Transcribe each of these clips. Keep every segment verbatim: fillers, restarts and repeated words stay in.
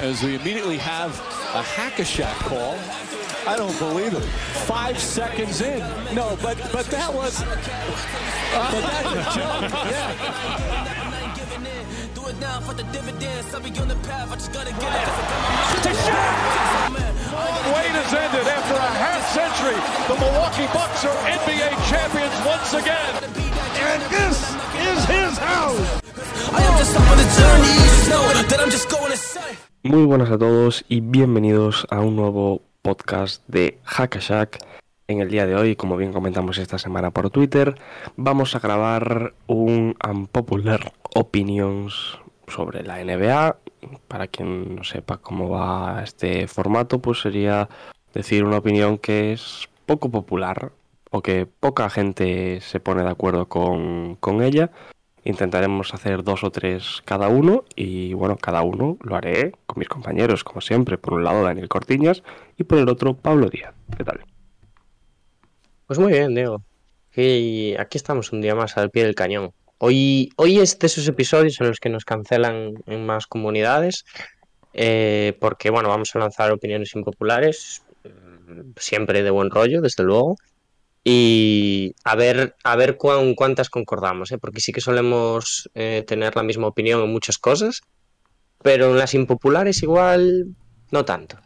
as we immediately have a Hack-a-Shack call. I don't believe it. Five seconds in. No, but but that was. Uh, but that's a joke. Yeah. Wait has ended after a half century. The Milwaukee Bucks are N B A champions once again. And this is his house. Muy buenas a todos y bienvenidos a un nuevo podcast de Hack-a-Shack. En el día de hoy, como bien comentamos esta semana por Twitter, vamos a grabar un Unpopular Opinions sobre la N B A. Para quien no sepa cómo va este formato, pues sería decir una opinión que es poco popular o que poca gente se pone de acuerdo con, con ella. Intentaremos hacer dos o tres cada uno y bueno, cada uno lo haré con mis compañeros, como siempre. Por un lado Daniel Cortiñas y por el otro Pablo Díaz. ¿Qué tal? Pues muy bien, Diego. Y aquí estamos un día más al pie del cañón. Hoy, hoy es de esos episodios en los que nos cancelan en más comunidades, eh, porque bueno, vamos a lanzar opiniones impopulares, siempre de buen rollo, desde luego. Y a ver, a ver cuán, cuántas concordamos, ¿eh? Porque sí que solemos eh, tener la misma opinión en muchas cosas, pero en las impopulares igual no tanto.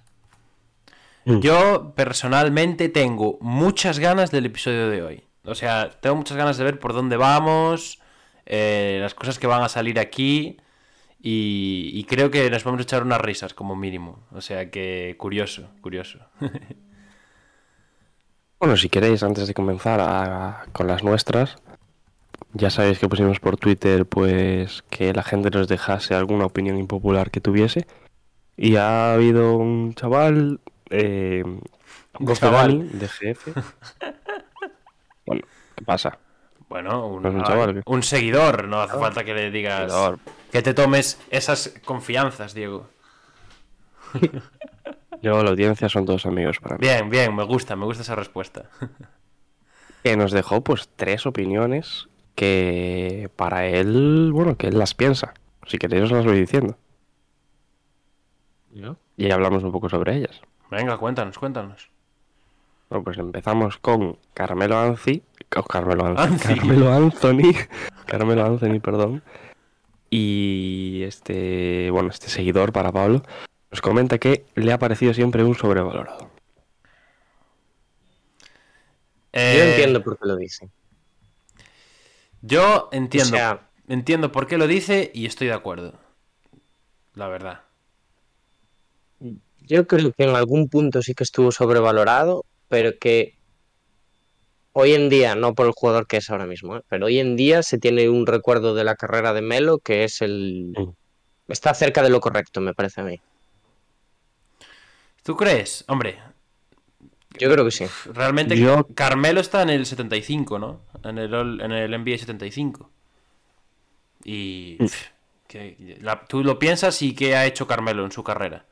Yo personalmente tengo muchas ganas del episodio de hoy. O sea, tengo muchas ganas de ver por dónde vamos, eh, las cosas que van a salir aquí y, y creo que nos vamos a echar unas risas como mínimo. O sea que curioso, curioso. Bueno, si queréis, antes de comenzar a, con las nuestras, ya sabéis que pusimos por Twitter pues que la gente nos dejase alguna opinión impopular que tuviese. Y ha habido un chaval, eh, chaval. de G F. Bueno, ¿qué pasa? Bueno, un, ¿No es un chaval? un seguidor, no hace falta que le digas Seguidor. que te tomes esas confianzas, Diego. Yo, la audiencia son todos amigos para mí. Bien, bien, me gusta, me gusta esa respuesta. Que nos dejó pues tres opiniones que para él, bueno, que él las piensa. Si queréis os las voy diciendo. ¿No? Y hablamos un poco sobre ellas. Venga, cuéntanos, cuéntanos. Bueno, pues empezamos con Carmelo Anthony, oh, Carmelo Anthony, Anthony. Carmelo Anthony, Carmelo Anthony, perdón. Y este, bueno, este seguidor para Pablo nos comenta que le ha parecido siempre un sobrevalorado. Eh, Yo entiendo por qué lo dice. Yo entiendo, O sea, entiendo por qué lo dice y estoy de acuerdo. La verdad. yo creo que en algún punto sí que estuvo sobrevalorado, pero que hoy en día, no por el jugador que es ahora mismo, ¿eh? Pero hoy en día se tiene un recuerdo de la carrera de Melo que es el... Mm. Está cerca de lo correcto, me parece a mí. ¿Tú crees? Hombre, Yo creo que sí. realmente Yo- Carmelo está en el setenta y cinco, ¿no? En el, All- en el N B A setenta y cinco. Y... Mm. pff, que, la- tú lo piensas y ¿qué ha hecho Carmelo en su carrera?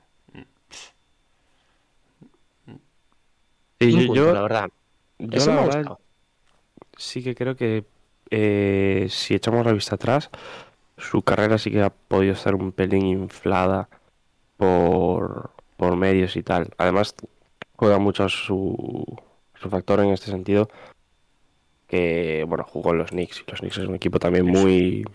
Sí, Un yo, punto, yo, la verdad. yo Eso la me ha verdad gustado. sí que creo que eh, si echamos la vista atrás, su carrera sí que ha podido estar un pelín inflada por, por medios y tal. Además, juega mucho su, su factor en este sentido, que bueno, jugó en los Knicks, y los Knicks es un equipo también muy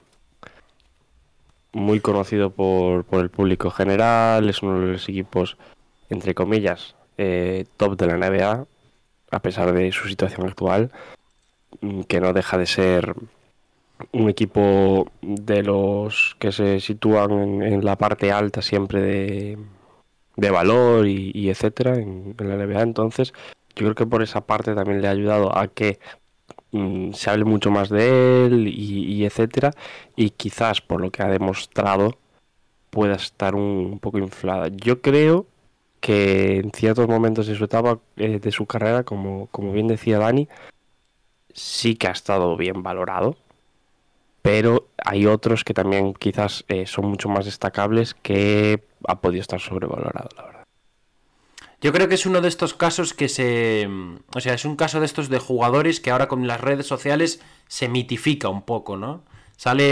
muy conocido por, por el público general, es uno de los equipos, entre comillas, eh, top de la N B A, a pesar de su situación actual, mm, que no deja de ser un equipo de los que se sitúan en, en la parte alta siempre de, de valor y, y etcétera en, en la N B A. Entonces yo creo que por esa parte también le ha ayudado a que mm, se hable mucho más de él y, y etcétera, y quizás por lo que ha demostrado pueda estar un, un poco inflada. Yo creo que en ciertos momentos de su etapa, eh, de su carrera, como, como bien decía Dani, sí que ha estado bien valorado, pero hay otros que también quizás eh, son mucho más destacables que ha podido estar sobrevalorado, la verdad. Yo creo que es uno de estos casos que se... O sea, es un caso de estos de jugadores que ahora con las redes sociales se mitifica un poco, ¿no? Sale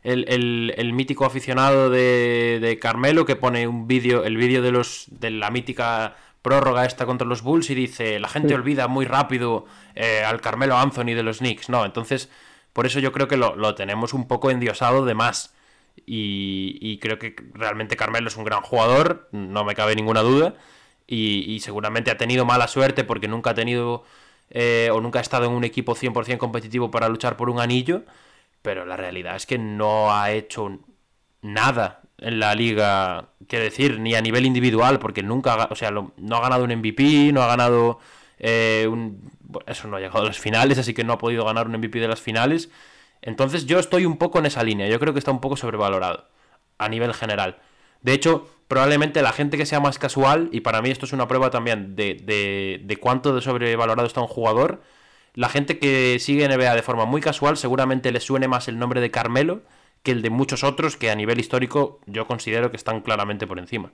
el, el, el mítico aficionado de, de Carmelo que pone un vídeo, el vídeo de los de la mítica prórroga esta contra los Bulls y dice, la gente olvida muy rápido eh, al Carmelo Anthony de los Knicks, ¿no? Entonces, por eso yo creo que lo, lo tenemos un poco endiosado de más. Y, y creo que realmente Carmelo es un gran jugador, no me cabe ninguna duda. Y, y seguramente ha tenido mala suerte porque nunca ha tenido eh, o nunca ha estado en un equipo cien por ciento competitivo para luchar por un anillo. Pero la realidad es que no ha hecho nada en la liga, quiero decir, ni a nivel individual, porque nunca, ha, o sea, lo, no ha ganado un M V P, no ha ganado eh, un... Eso, no ha llegado a las finales, así que no ha podido ganar un M V P de las finales. Entonces yo estoy un poco en esa línea, yo creo que está un poco sobrevalorado a nivel general. De hecho, probablemente la gente que sea más casual, y para mí esto es una prueba también de, de, de cuánto de sobrevalorado está un jugador, la gente que sigue N B A de forma muy casual seguramente le suene más el nombre de Carmelo que el de muchos otros que a nivel histórico yo considero que están claramente por encima.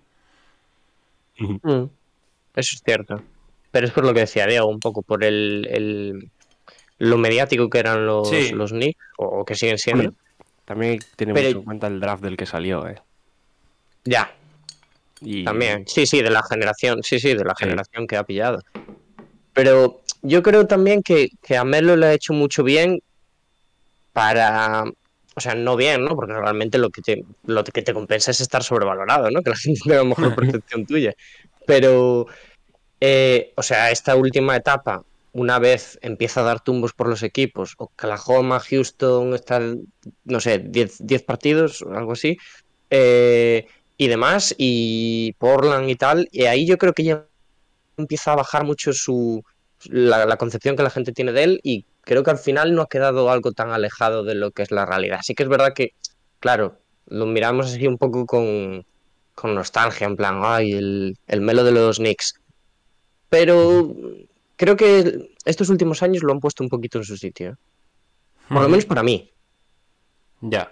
Mm, eso es cierto. Pero es por lo que decía Diego, un poco por el, el lo mediático que eran los, Sí. los Knicks, o que siguen siendo. Hombre, también tiene Pero- mucho en cuenta el draft del que salió, ¿eh? Ya, Y también. Sí, sí, de la generación, sí, sí, de la Sí. generación que ha pillado. Pero yo creo también que, que a Melo le ha hecho mucho bien para... O sea, no bien, ¿no? Porque realmente lo que te, lo que te compensa es estar sobrevalorado, ¿no? Que la gente tenga mejor percepción tuya. Pero, eh, o sea, esta última etapa, una vez empieza a dar tumbos por los equipos, Oklahoma, Houston, están, no sé, diez partidos, algo así, eh, y demás, y Portland y tal, y ahí yo creo que ya empieza a bajar mucho su la, la concepción que la gente tiene de él, y creo que al final no ha quedado algo tan alejado de lo que es la realidad. Sí que es verdad que, claro, lo miramos así un poco con, con nostalgia, en plan, ay, el, el Melo de los Knicks. Pero creo que estos últimos años lo han puesto un poquito en su sitio, ¿eh? Por lo menos para mí. Ya.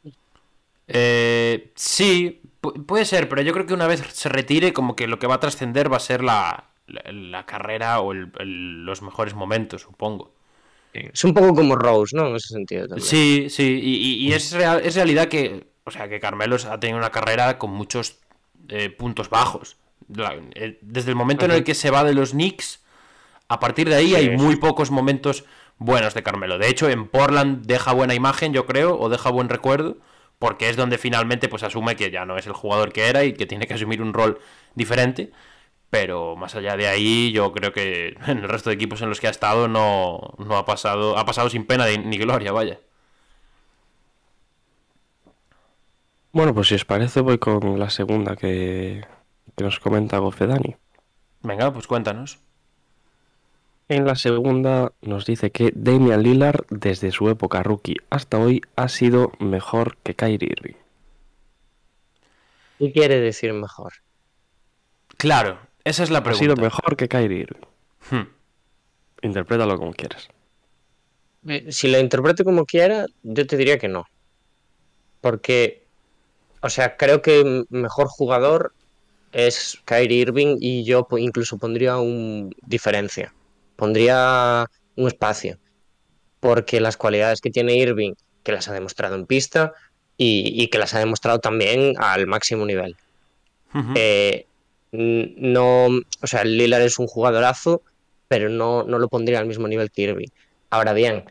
Eh, sí, pu- puede ser, pero yo creo que una vez se retire, como que lo que va a trascender va a ser la, la, la carrera o el- el- los mejores momentos, supongo. Es un poco como Rose, ¿no? En ese sentido también. Sí, sí, y, y- y es, real, es realidad que, o sea, que Carmelo ha tenido una carrera con muchos eh, puntos bajos. La- eh, desde el momento en el que se va de los Knicks, a partir de ahí Sí, hay sí. muy pocos momentos buenos de Carmelo. De hecho, en Portland deja buena imagen, yo creo, o deja buen recuerdo, porque es donde finalmente pues asume que ya no es el jugador que era y que tiene que asumir un rol diferente. Pero más allá de ahí, yo creo que en el resto de equipos en los que ha estado no, no ha pasado, ha pasado sin pena de- ni gloria, vaya. bueno, pues si os parece voy con la segunda que, que nos comenta Gofedani. Venga, pues cuéntanos. En la segunda nos dice que Damian Lillard desde su época rookie hasta hoy ha sido mejor que Kyrie Irving. ¿Qué quiere decir mejor? Claro, esa es la Ha pregunta. sido mejor que Kyrie Irving. Hmm. Interprétalo como quieras. Eh, Si la interpreto como quiera, yo te diría que no. Porque, o sea, creo que m- mejor jugador es Kyrie Irving, y yo po- incluso pondría un diferencia. Pondría un espacio. Porque las cualidades que tiene Irving, que las ha demostrado en pista y, y que las ha demostrado también al máximo nivel. Ujú. Eh, n- no, o sea, Lillard es un jugadorazo, pero no, no lo pondría al mismo nivel que Irving. Ahora bien,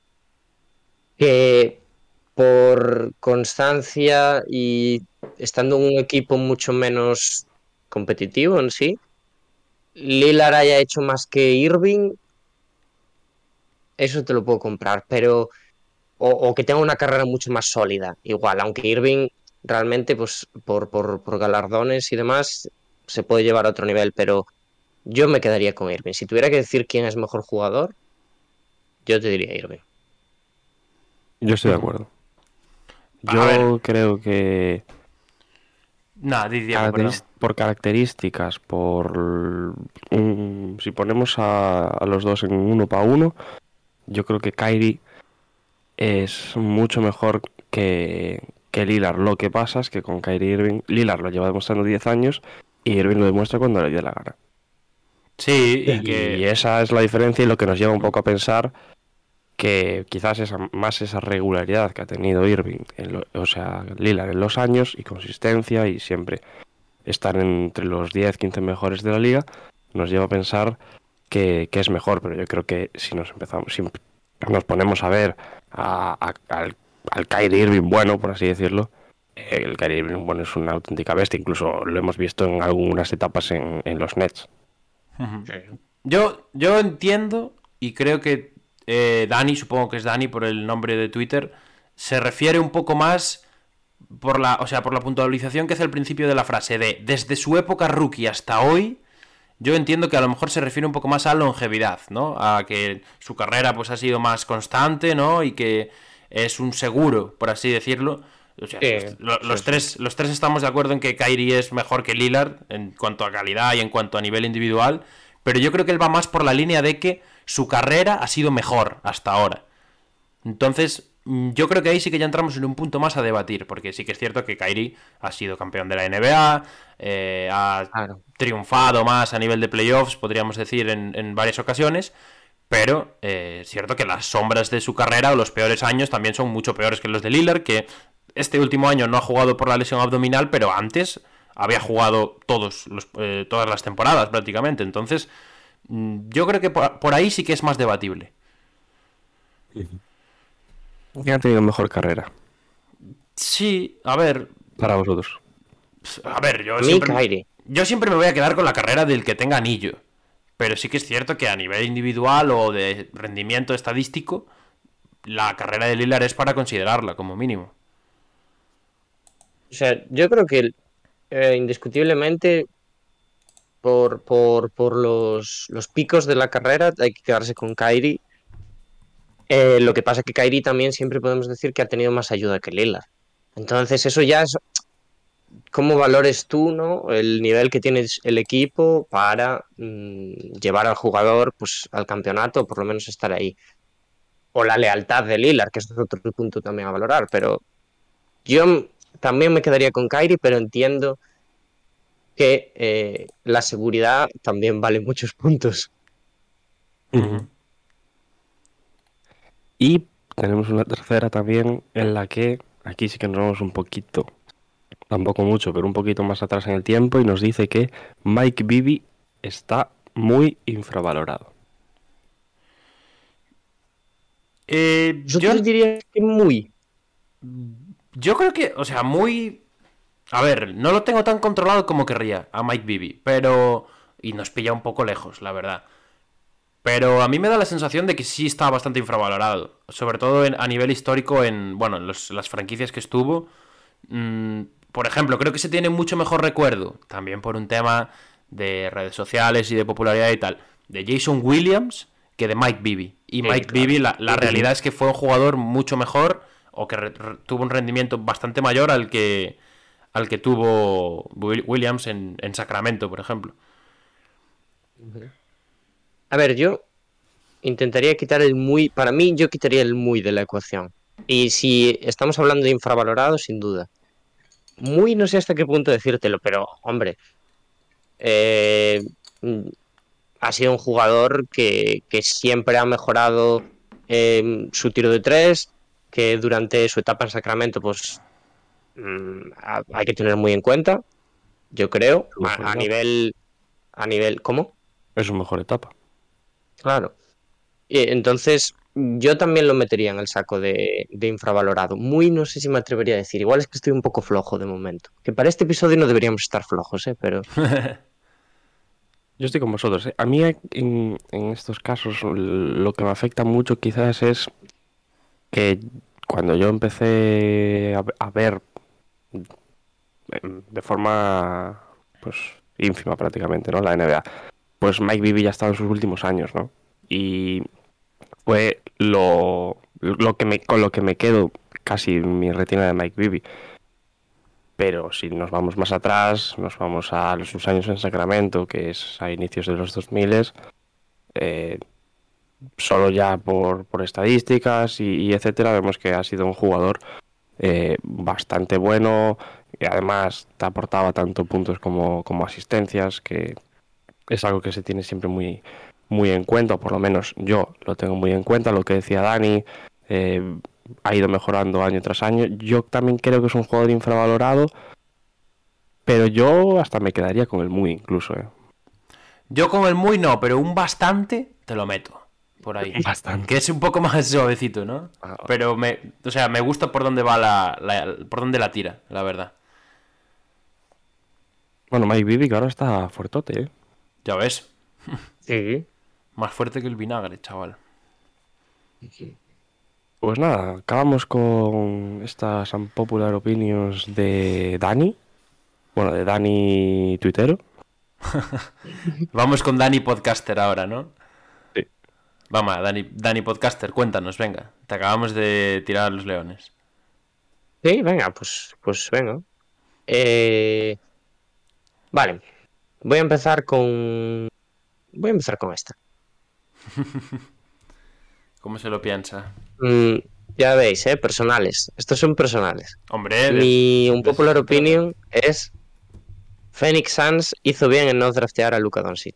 que por constancia y estando en un equipo mucho menos competitivo en sí, Lillard haya hecho más que Irving, eso te lo puedo comprar, pero o, o que tenga una carrera mucho más sólida, igual, aunque Irving realmente, pues por, por, por galardones y demás, se puede llevar a otro nivel, pero yo me quedaría con Irving. Si tuviera que decir quién es mejor jugador, yo te diría Irving. Yo estoy de Ujú. acuerdo. A Yo ver. creo que Nah, di Diego, caracteris- perdón. por características, por un- si ponemos a, a los dos en uno para uno, yo creo que Kyrie es mucho mejor que, que Lillard. Lo que pasa es que con Kyrie Irving, Lillard lo lleva demostrando diez años y Irving lo demuestra cuando le dé la gana. Sí, y Y que... esa es la diferencia y lo que nos lleva un poco a pensar que quizás esa, más esa regularidad que ha tenido Irving, en lo, o sea, Lillard en los años, y consistencia, y siempre estar entre los diez, quince mejores de la liga, nos lleva a pensar que, que es mejor. Pero yo creo que si nos empezamos, si nos ponemos a ver a, a, al, al Kyrie Irving bueno, por así decirlo, el Kyrie Irving bueno es una auténtica bestia. Incluso lo hemos visto en algunas etapas en, en los Nets. Uh-huh. Yo, yo entiendo, y creo que eh, Dani, supongo que es Dani por el nombre de Twitter, se refiere un poco más por la, o sea, por la puntualización que hace al principio de la frase de desde su época rookie hasta hoy. Yo entiendo que a lo mejor se refiere un poco más a longevidad, ¿no? A que su carrera pues ha sido más constante, ¿no? Y que es un seguro, por así decirlo. O sea, sí, los, los, sí, tres, sí. los tres estamos de acuerdo en que Kyrie es mejor que Lillard en cuanto a calidad y en cuanto a nivel individual, pero yo creo que él va más por la línea de que su carrera ha sido mejor hasta ahora. Entonces, yo creo que ahí sí que ya entramos en un punto más a debatir, porque sí que es cierto que Kyrie ha sido campeón de la N B A, eh, ha claro. triunfado más a nivel de playoffs, podríamos decir, en, en varias ocasiones, pero eh, es cierto que las sombras de su carrera o los peores años también son mucho peores que los de Lillard, que este último año no ha jugado por la lesión abdominal, pero antes había jugado todos los, eh, todas las temporadas prácticamente. Entonces, yo creo que por, por ahí sí que es más debatible. ¿Quién ha tenido mejor carrera? Sí, a ver... Para vosotros. A ver, yo siempre, yo siempre me voy a quedar con la carrera del que tenga anillo. Pero sí que es cierto que a nivel individual o de rendimiento estadístico, la carrera de Lillard es para considerarla, como mínimo. O sea, yo creo que eh, indiscutiblemente por, por, por los, los picos de la carrera hay que quedarse con Kyrie. Eh, lo que pasa es que Kyrie también siempre podemos decir que ha tenido más ayuda que Lillard. Entonces eso ya es cómo valores tú, ¿no? El nivel que tiene el equipo para mmm, llevar al jugador pues al campeonato, o por lo menos estar ahí. O la lealtad de Lillard, que es otro punto también a valorar. Pero yo también me quedaría con Kyrie, pero entiendo que eh, la seguridad también vale muchos puntos. Uh-huh. Y tenemos una tercera también en la que aquí sí que nos vamos un poquito, tampoco mucho, pero un poquito más atrás en el tiempo, y nos dice que Mike Bibby está muy infravalorado. Eh, yo, yo diría que muy. Yo creo que, o sea, muy... A ver, no lo tengo tan controlado como querría a Mike Bibby, pero... Y nos pilla un poco lejos, la verdad. Pero a mí me da la sensación de que sí está bastante infravalorado. Sobre todo en, a nivel histórico en, bueno, en los, las franquicias que estuvo. Mmm, por ejemplo, creo que se tiene mucho mejor recuerdo, también por un tema de redes sociales y de popularidad y tal, de Jason Williams que de Mike Bibby. Y Mike sí, claro. Bibby, la, la realidad es que fue un jugador mucho mejor, o que re, re, tuvo un rendimiento bastante mayor al que... al que tuvo Williams en, en Sacramento, por ejemplo. A ver, yo intentaría quitar el muy... Para mí, yo quitaría el muy de la ecuación. Y si estamos hablando de infravalorado, sin duda. Muy no sé hasta qué punto decírtelo, pero, hombre, eh, ha sido un jugador que, que siempre ha mejorado eh, su tiro de tres, que durante su etapa en Sacramento, pues... hay que tener muy en cuenta, yo creo, a, a nivel a nivel ¿cómo? Es su mejor etapa. Claro. Y entonces yo también lo metería en el saco de, de infravalorado. Muy no sé si me atrevería a decir. Igual es que estoy un poco flojo de momento. Que para este episodio no deberíamos estar flojos, ¿eh? Pero... Yo estoy con vosotros, ¿eh? A mí en, en estos casos lo que me afecta mucho quizás es que cuando yo empecé a, a ver de forma pues ínfima prácticamente, ¿no?, la N B A, pues Mike Bibby ya estaba en sus últimos años, ¿no? Y fue lo, lo que me, con lo que me quedo casi mi retina de Mike Bibby. Pero si nos vamos más atrás, nos vamos a sus años en Sacramento, que es a inicios de los dos mil, eh, solo ya por, por estadísticas y, y etcétera, vemos que ha sido un jugador eh, bastante bueno, y además te aportaba tanto puntos como, como asistencias, que es algo que se tiene siempre muy, muy en cuenta, o por lo menos yo lo tengo muy en cuenta, lo que decía Dani, eh, ha ido mejorando año tras año. Yo también creo que es un jugador infravalorado, pero yo hasta me quedaría con el muy incluso. ¿eh? Yo con el muy no, pero un bastante te lo meto por ahí. Bastante. Que es un poco más suavecito, ¿no? Ah. Pero me, o sea, me gusta por dónde va la, la por dónde la tira, la verdad. Bueno, Mike Bibby que ahora está fuertote, ¿eh? Ya ves, Sí. más fuerte que el vinagre, chaval. Pues nada, acabamos con estas unpopular opinions de Dani. Bueno, de Dani Tuitero. Vamos con Dani Podcaster ahora, ¿no? Sí. Vamos, Dani, Dani Podcaster, cuéntanos, venga. Te acabamos de tirar a los leones. Sí, venga, pues, pues venga. Eh, Vale, voy a empezar con... Voy a empezar con esta. ¿Cómo se lo piensa? Mm, ya veis, ¿eh? Personales. Estos son personales. Hombre, Mi de- un popular de- opinion es... Phoenix Suns hizo bien en no draftear a Luka Doncic.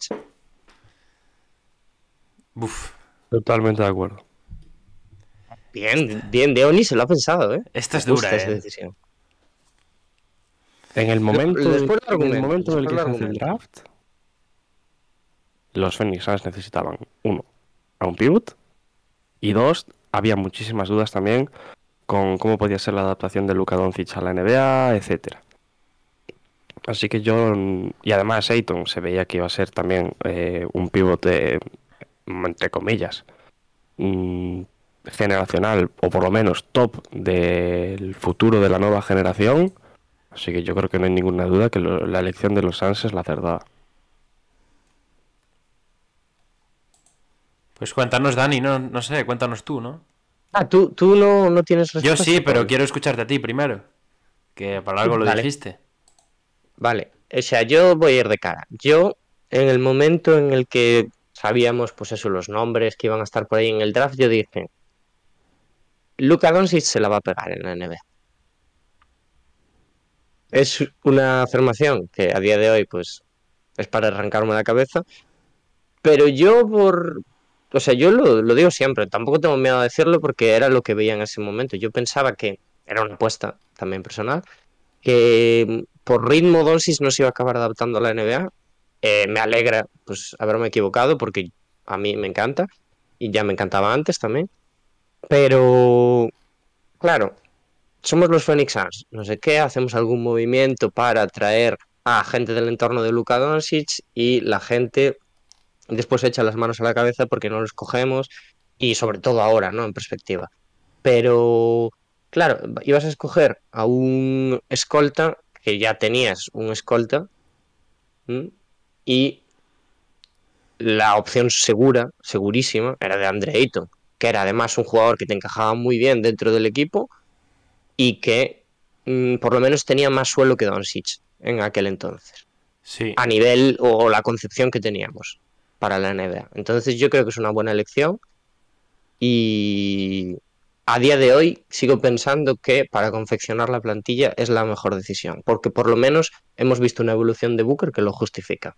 Uf, Totalmente de acuerdo. Bien, bien, Deoni se lo ha pensado, ¿eh? esta es Me gusta dura, esa ¿eh? decisión. En el momento, después del en el argumento, momento en el que después se del hace el draft, los Phoenix Suns necesitaban, uno, a un pivot, y dos, había muchísimas dudas también con cómo podía ser la adaptación de Luka Doncic a la N B A, etcétera. Así que yo, y además Ayton se veía que iba a ser también eh, un pivot, eh, entre comillas, mm, generacional, o por lo menos top del futuro de la nueva generación. Así que yo creo que no hay ninguna duda que lo, la elección de los Suns es la acertada. Pues cuéntanos, Dani, no, no sé, cuéntanos tú, ¿no? Ah, tú, tú no, no tienes Yo respuesta. sí, pero quiero escucharte a ti primero. Que para algo lo Vale. dijiste. Vale, o sea, yo voy a ir de cara. Yo, en el momento en el que sabíamos, pues eso, los nombres que iban a estar por ahí en el draft, yo dije, Luka Doncic se la va a pegar en la N B A. Es una afirmación que a día de hoy, pues, es para arrancarme la cabeza, pero yo por... O sea, yo lo, lo digo siempre, tampoco tengo miedo a decirlo porque era lo que veía en ese momento. Yo pensaba que era una apuesta también personal, que por ritmo Doncic no se iba a acabar adaptando a la N B A. Eh, me alegra pues haberme equivocado porque a mí me encanta y ya me encantaba antes también. Pero, claro, somos los Phoenix Suns, no sé qué, hacemos algún movimiento para atraer a gente del entorno de Luka Doncic y la gente después echa las manos a la cabeza porque no los cogemos y sobre todo ahora, ¿no? En perspectiva. Pero, claro, ibas a escoger a un escolta que ya tenías un escolta, ¿m? Y la opción segura, segurísima, era de Andre Ayton, que era además un jugador que te encajaba muy bien dentro del equipo y que mm, por lo menos tenía más suelo que Doncic en aquel entonces, Sí. a nivel o, o la concepción que teníamos para la N B A. Entonces yo creo que es una buena elección y a día de hoy sigo pensando que para confeccionar la plantilla es la mejor decisión, porque por lo menos hemos visto una evolución de Booker que lo justifica.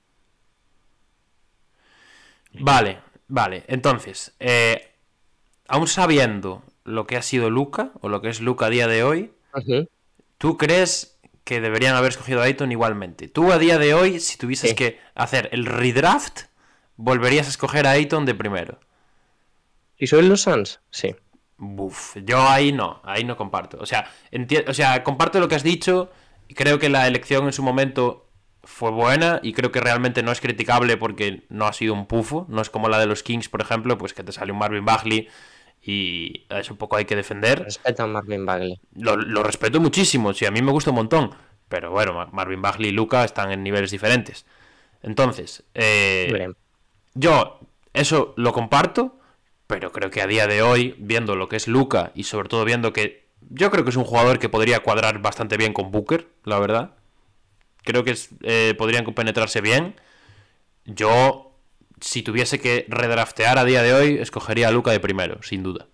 Vale, vale. Entonces, eh, aún sabiendo lo que ha sido Luka, o lo que es Luka a día de hoy, Ujú. ¿tú crees que deberían haber escogido a Ayton igualmente? Tú a día de hoy, si tuvieses Sí. que hacer el redraft, volverías a escoger a Ayton de primero. ¿Y soy los Suns? Sí. Buf, yo ahí no, ahí no comparto. O sea, enti- o sea, comparto lo que has dicho y creo que la elección en su momento fue buena y creo que realmente no es criticable porque no ha sido un pufo, no es como la de los Kings, por ejemplo, pues que te sale un Marvin Bagley y eso un poco hay que defender. Respeta a Marvin Bagley. Lo, lo respeto muchísimo, sí, a mí me gusta un montón, pero bueno, Mar- Marvin Bagley y Luka están en niveles diferentes. Entonces, eh, Bien. yo eso lo comparto, pero creo que a día de hoy, viendo lo que es Luka y sobre todo viendo que yo creo que es un jugador que podría cuadrar bastante bien con Booker, la verdad. Creo que es, eh, podrían compenetrarse bien. Yo, si tuviese que redraftear a día de hoy, escogería a Luka de primero, sin duda.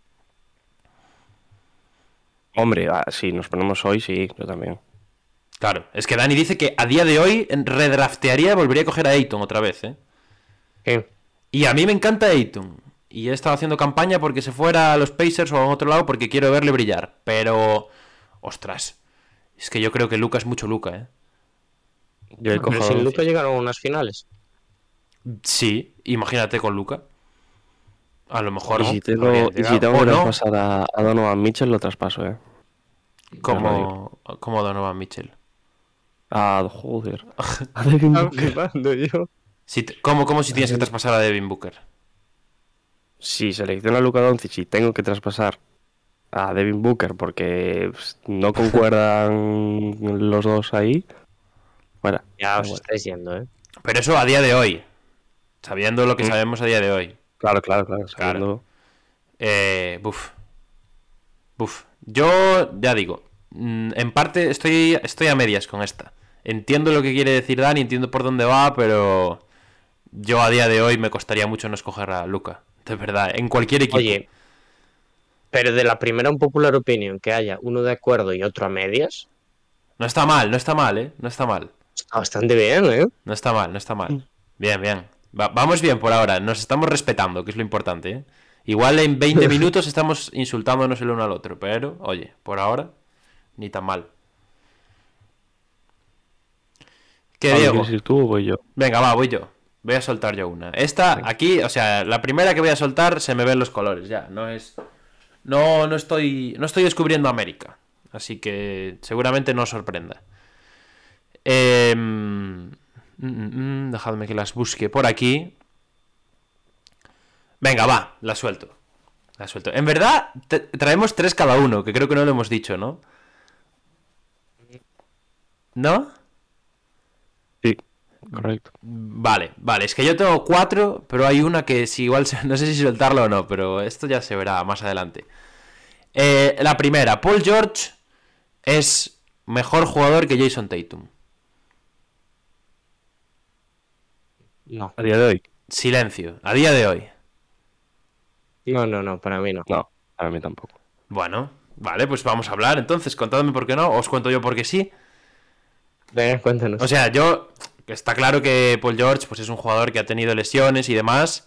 Hombre, ah, si nos ponemos hoy, sí, yo también. Claro, es que Dani dice que a día de hoy en- redraftearía y volvería a coger a Ayton otra vez, ¿eh? ¿Qué? Y a mí me encanta Ayton. Y he estado haciendo campaña porque se fuera a los Pacers o a otro lado porque quiero verle brillar. Pero, ostras, es que yo creo que Luka es mucho Luka, ¿eh? Yo el Pero cojo sin Luka llegaron a unas finales. Sí, imagínate con Luka. A lo mejor Y no, si tengo, podrían y si llegar. tengo O que no, traspasar a, a Donovan Mitchell, lo traspaso, eh. como, como Donovan Mitchell. Ah, joder. A Devin Ah, Booker. flipando yo. Si te- ¿cómo, cómo si tienes que traspasar a Devin Booker? Si selecciono a Luka Doncic y tengo que traspasar a Devin Booker porque pues, no concuerdan los dos ahí, fuera. Ya Da os igual. estáis yendo, ¿eh? Pero eso a día de hoy. Sabiendo lo que Mm. sabemos a día de hoy. Claro, claro, claro. sabiendo- Eh, buf. Buf. Yo ya digo. mm, En parte estoy, estoy a medias con esta. Entiendo lo que quiere decir Dani, entiendo por dónde va, pero yo a día de hoy me costaría mucho no escoger a Luka. De verdad, en cualquier equipo. Oye, pero de la primera un popular opinion que haya uno de acuerdo y otro a medias, No está mal, no está mal, ¿eh? No está mal. está bastante bien, ¿eh? No está mal, no está mal. Bien, bien. Va- vamos bien por ahora. Nos estamos respetando, que es lo importante, ¿eh? Igual en veinte minutos estamos insultándonos el uno al otro, pero, oye, por ahora, ni tan mal. ¿Qué, Pablo, Diego? ¿quieres ir tú o voy yo? Venga, va, voy yo. Voy a soltar yo una. Esta, aquí, o sea, la primera que voy a soltar se me ven los colores ya. No es. No, no estoy. No estoy descubriendo América. Así que seguramente no os sorprenda. Eh, mm, mm, mm, dejadme que las busque por aquí. Venga, va, la suelto. La suelto. En verdad, te- traemos tres cada uno, que creo que no lo hemos dicho, ¿no? ¿No? Sí, correcto. Vale, vale, es que yo tengo cuatro, pero hay una que si igual, se- no sé si soltarlo o no, pero esto ya se verá más adelante. Eh, la primera, Paul George es mejor jugador que Jason Tatum. No. A día de hoy, Silencio, a día de hoy. No, no, no, para mí no. no, para mí tampoco. Bueno, vale, pues vamos a hablar entonces, contadme por qué no, os cuento yo por qué sí. Venga, cuéntanos. O sea, yo, está claro que Paul George pues es un jugador que ha tenido lesiones y demás,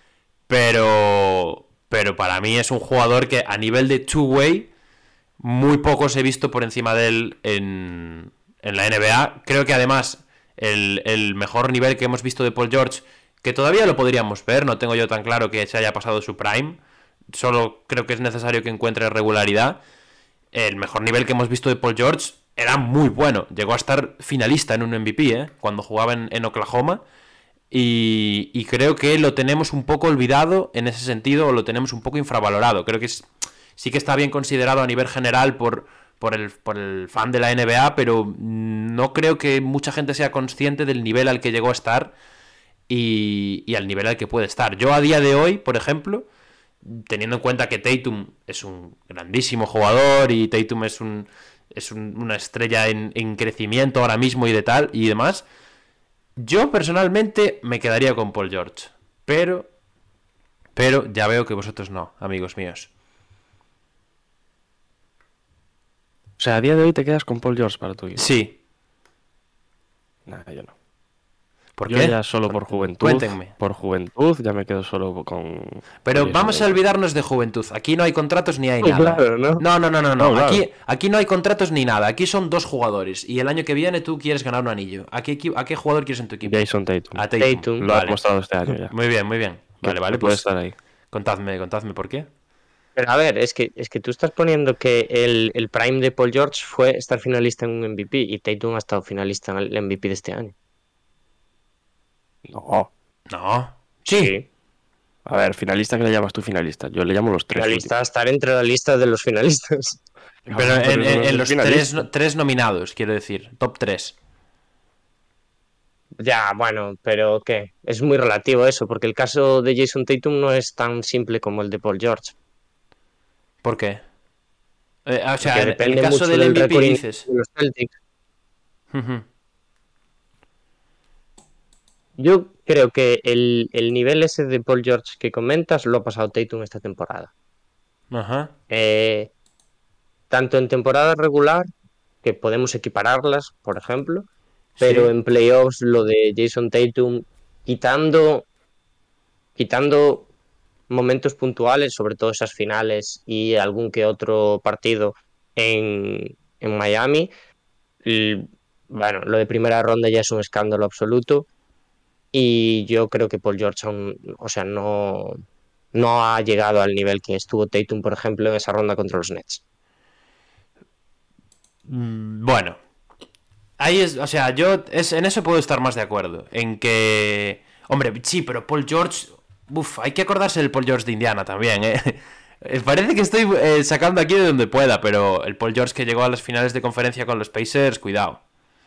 pero, pero para mí es un jugador que a nivel de two-way, muy pocos he visto por encima de él en, en la N B A. Creo que además el, el mejor nivel que hemos visto de Paul George, que todavía lo podríamos ver, no tengo yo tan claro que se haya pasado su prime, solo creo que es necesario que encuentre regularidad. El mejor nivel que hemos visto de Paul George era muy bueno. Llegó a estar finalista en un M V P, ¿eh? Cuando jugaba en, en Oklahoma. Y, y creo que lo tenemos un poco olvidado en ese sentido, o lo tenemos un poco infravalorado. Creo que es, sí que está bien considerado a nivel general por, por, el, por el fan de la N B A, pero no creo que mucha gente sea consciente del nivel al que llegó a estar y, y al nivel al que puede estar. Yo a día de hoy, por ejemplo, teniendo en cuenta que Tatum es un grandísimo jugador y Tatum es un es un, una estrella en, en crecimiento ahora mismo y de tal y demás, yo personalmente me quedaría con Paul George, pero pero ya veo que vosotros no, amigos míos. O sea, a día de hoy te quedas con Paul George para tu equipo. Sí. Nah, yo no. ¿Por Yo qué? ya solo por juventud. Cuéntenme. Por juventud ya me quedo solo con. Pero con vamos a Jason olvidarnos de juventud. Aquí no hay contratos ni hay Oh, nada. claro, ¿no? No, no, no, no, no. No, claro. Aquí, aquí no hay contratos ni nada. Aquí son dos jugadores. Y el año que viene tú quieres ganar un anillo. ¿A qué, equi- a qué jugador quieres en tu equipo? Tatum. Jason Tatum. A Tatum. Tatum. Lo ha Vale. demostrado este año ya. Muy bien, muy bien. Vale, Que vale, puede pues estar ahí. contadme, contadme por qué. Pero a ver, es que, es que tú estás poniendo que el, el prime de Paul George fue estar finalista en un M V P y Tatum ha estado finalista en el M V P de este año. No. No. Sí. A ver, finalista, ¿qué le llamas tú finalista? Yo le llamo los tres. Finalista, estar entre la lista de los finalistas. Pero Pero en, no en- es en los finalista. tres, no- tres nominados, quiero decir. Top tres. Ya, bueno, pero ¿qué? Es muy relativo eso, porque el caso de Jason Tatum no es tan simple como el de Paul George. ¿Por qué? Eh, o sea, Porque en depende el caso mucho del M V P récord dices. de los Celtics. Ujú. Yo creo que el, el nivel ese de Paul George que comentas lo ha pasado Tatum esta temporada. Ajá. Eh, tanto en temporada regular, que podemos equipararlas, por ejemplo, pero Sí. en playoffs lo de Jason Tatum, quitando quitando momentos puntuales, sobre todo esas finales y algún que otro partido en, en Miami, y, bueno, lo de primera ronda ya es un escándalo absoluto y yo creo que Paul George aún, o sea, no, no ha llegado al nivel que estuvo Tatum, por ejemplo, en esa ronda contra los Nets. Mm, Bueno, ahí es, o sea, yo es, en eso puedo estar más de acuerdo. En que, hombre, sí, pero Paul George, uf, hay que acordarse del Paul George de Indiana también, ¿eh? Eh, Parece que estoy eh, sacando aquí de donde pueda, pero el Paul George que llegó a las finales de conferencia con los Pacers, cuidado.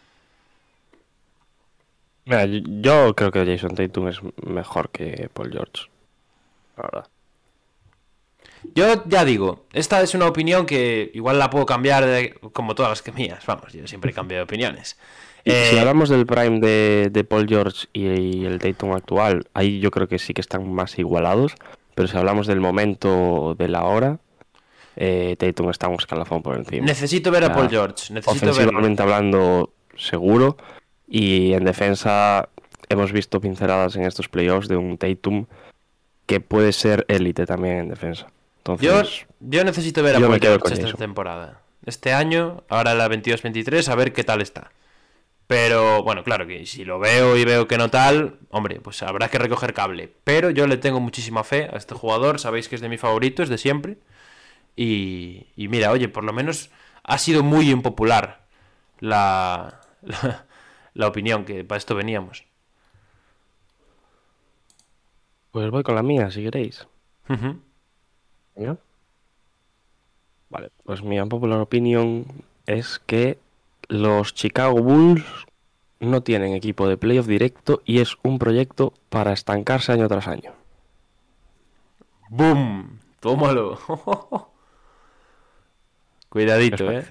Mira, yo, yo creo que Jason Tatum es mejor que Paul George. La verdad. Yo ya digo, esta es una opinión que igual la puedo cambiar de- como todas las que mías, vamos, yo siempre cambio de opiniones. Y Eh, si hablamos del prime de, de Paul George y, y el Tatum actual, ahí yo creo que sí que están más igualados. Pero si hablamos del momento de la hora, eh, Tatum está un escalafón por encima. necesito ver a Ya, Paul George, necesito verlo. Ofensivamente hablando, seguro. Y en defensa, hemos visto pinceladas en estos playoffs de un Tatum que puede ser élite también en defensa. Yo, Entonces, yo necesito ver a yo Paul me quedo George con esta eso. temporada. Este año, ahora la veintidós veintitrés, a ver qué tal está. Pero bueno, claro que si lo veo y veo que no tal, hombre, pues habrá que recoger cable. Pero yo le tengo muchísima fe a este jugador, sabéis que es de mis favoritos de siempre. Y, y mira, oye, por lo menos ha sido muy impopular la, la, la opinión, que para esto veníamos. pues voy con la mía, si queréis. Ujú. ¿No? Vale, pues mi unpopular opinion es que los Chicago Bulls no tienen equipo de playoff directo y es un proyecto para estancarse año tras año. ¡Boom! Tómalo. Cuidadito, ¿Qué os eh. parece?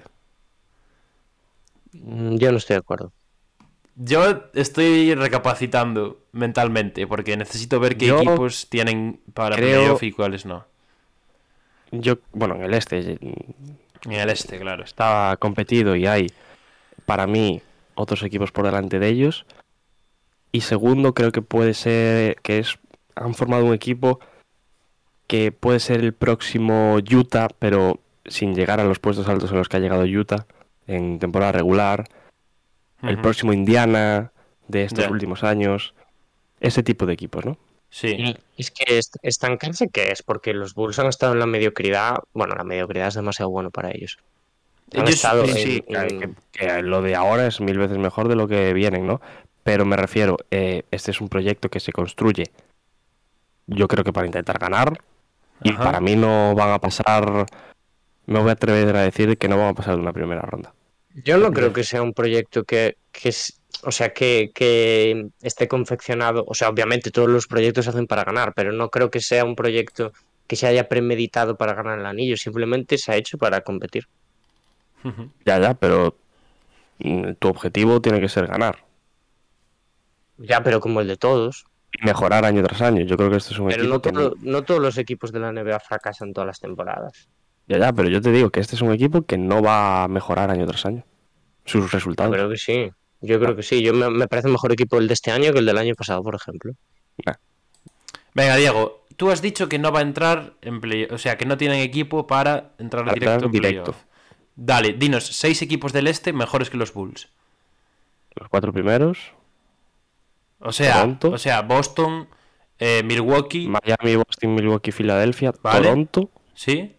Mm, Yo no estoy de acuerdo. Yo estoy recapacitando mentalmente porque necesito ver qué Yo equipos tienen para creo- playoff y cuáles no. Yo, bueno, en el este En el este, claro. está competido y hay, para mí, otros equipos por delante de ellos. Y segundo, creo que puede ser que es han formado un equipo que puede ser el próximo Utah, pero sin llegar a los puestos altos en los que ha llegado Utah en temporada regular. El Ujú. próximo Indiana de estos Ya. últimos años. Ese tipo de equipos, ¿no? Sí. Es que est- estancarse, ¿qué es? Porque los Bulls han estado en la mediocridad. Bueno, la mediocridad es demasiado bueno para ellos. Han Ellos- estado sí, en- Sí, que, en- que- que lo de ahora es mil veces mejor de lo que vienen, ¿no? Pero me refiero, eh, este es un proyecto que se construye, yo creo que para intentar ganar, y Ajá. para mí no van a pasar, me voy a atrever a decir que no van a pasar de una primera ronda. Yo no creo que sea un proyecto que, que es- o sea, que, que esté confeccionado. O sea, obviamente todos los proyectos se hacen para ganar, pero no creo que sea un proyecto que se haya premeditado para ganar el anillo. Simplemente se ha hecho para competir. Ujú. Ya, ya, pero mm, tu objetivo tiene que ser ganar Ya, pero como el de todos. y mejorar año tras año. Yo creo que este es un Pero equipo no, que todo- no todos los equipos de la N B A fracasan todas las temporadas. ya, ya, pero yo te digo que este es un equipo que no va a mejorar año tras año sus Yo resultados. creo que sí. Yo creo que sí. Yo me, me parece mejor equipo el de este año que el del año pasado, por ejemplo. Venga, Diego, tú has dicho que no va a entrar en play, o sea, que no tienen equipo para entrar Para directo entrar en directo. playoff. Dale, dinos, seis equipos del este mejores que los Bulls. Los cuatro primeros, O sea, Toronto. o sea, Boston, eh, Milwaukee, Miami, Boston, Milwaukee, Filadelfia, Vale. Toronto, ¿sí?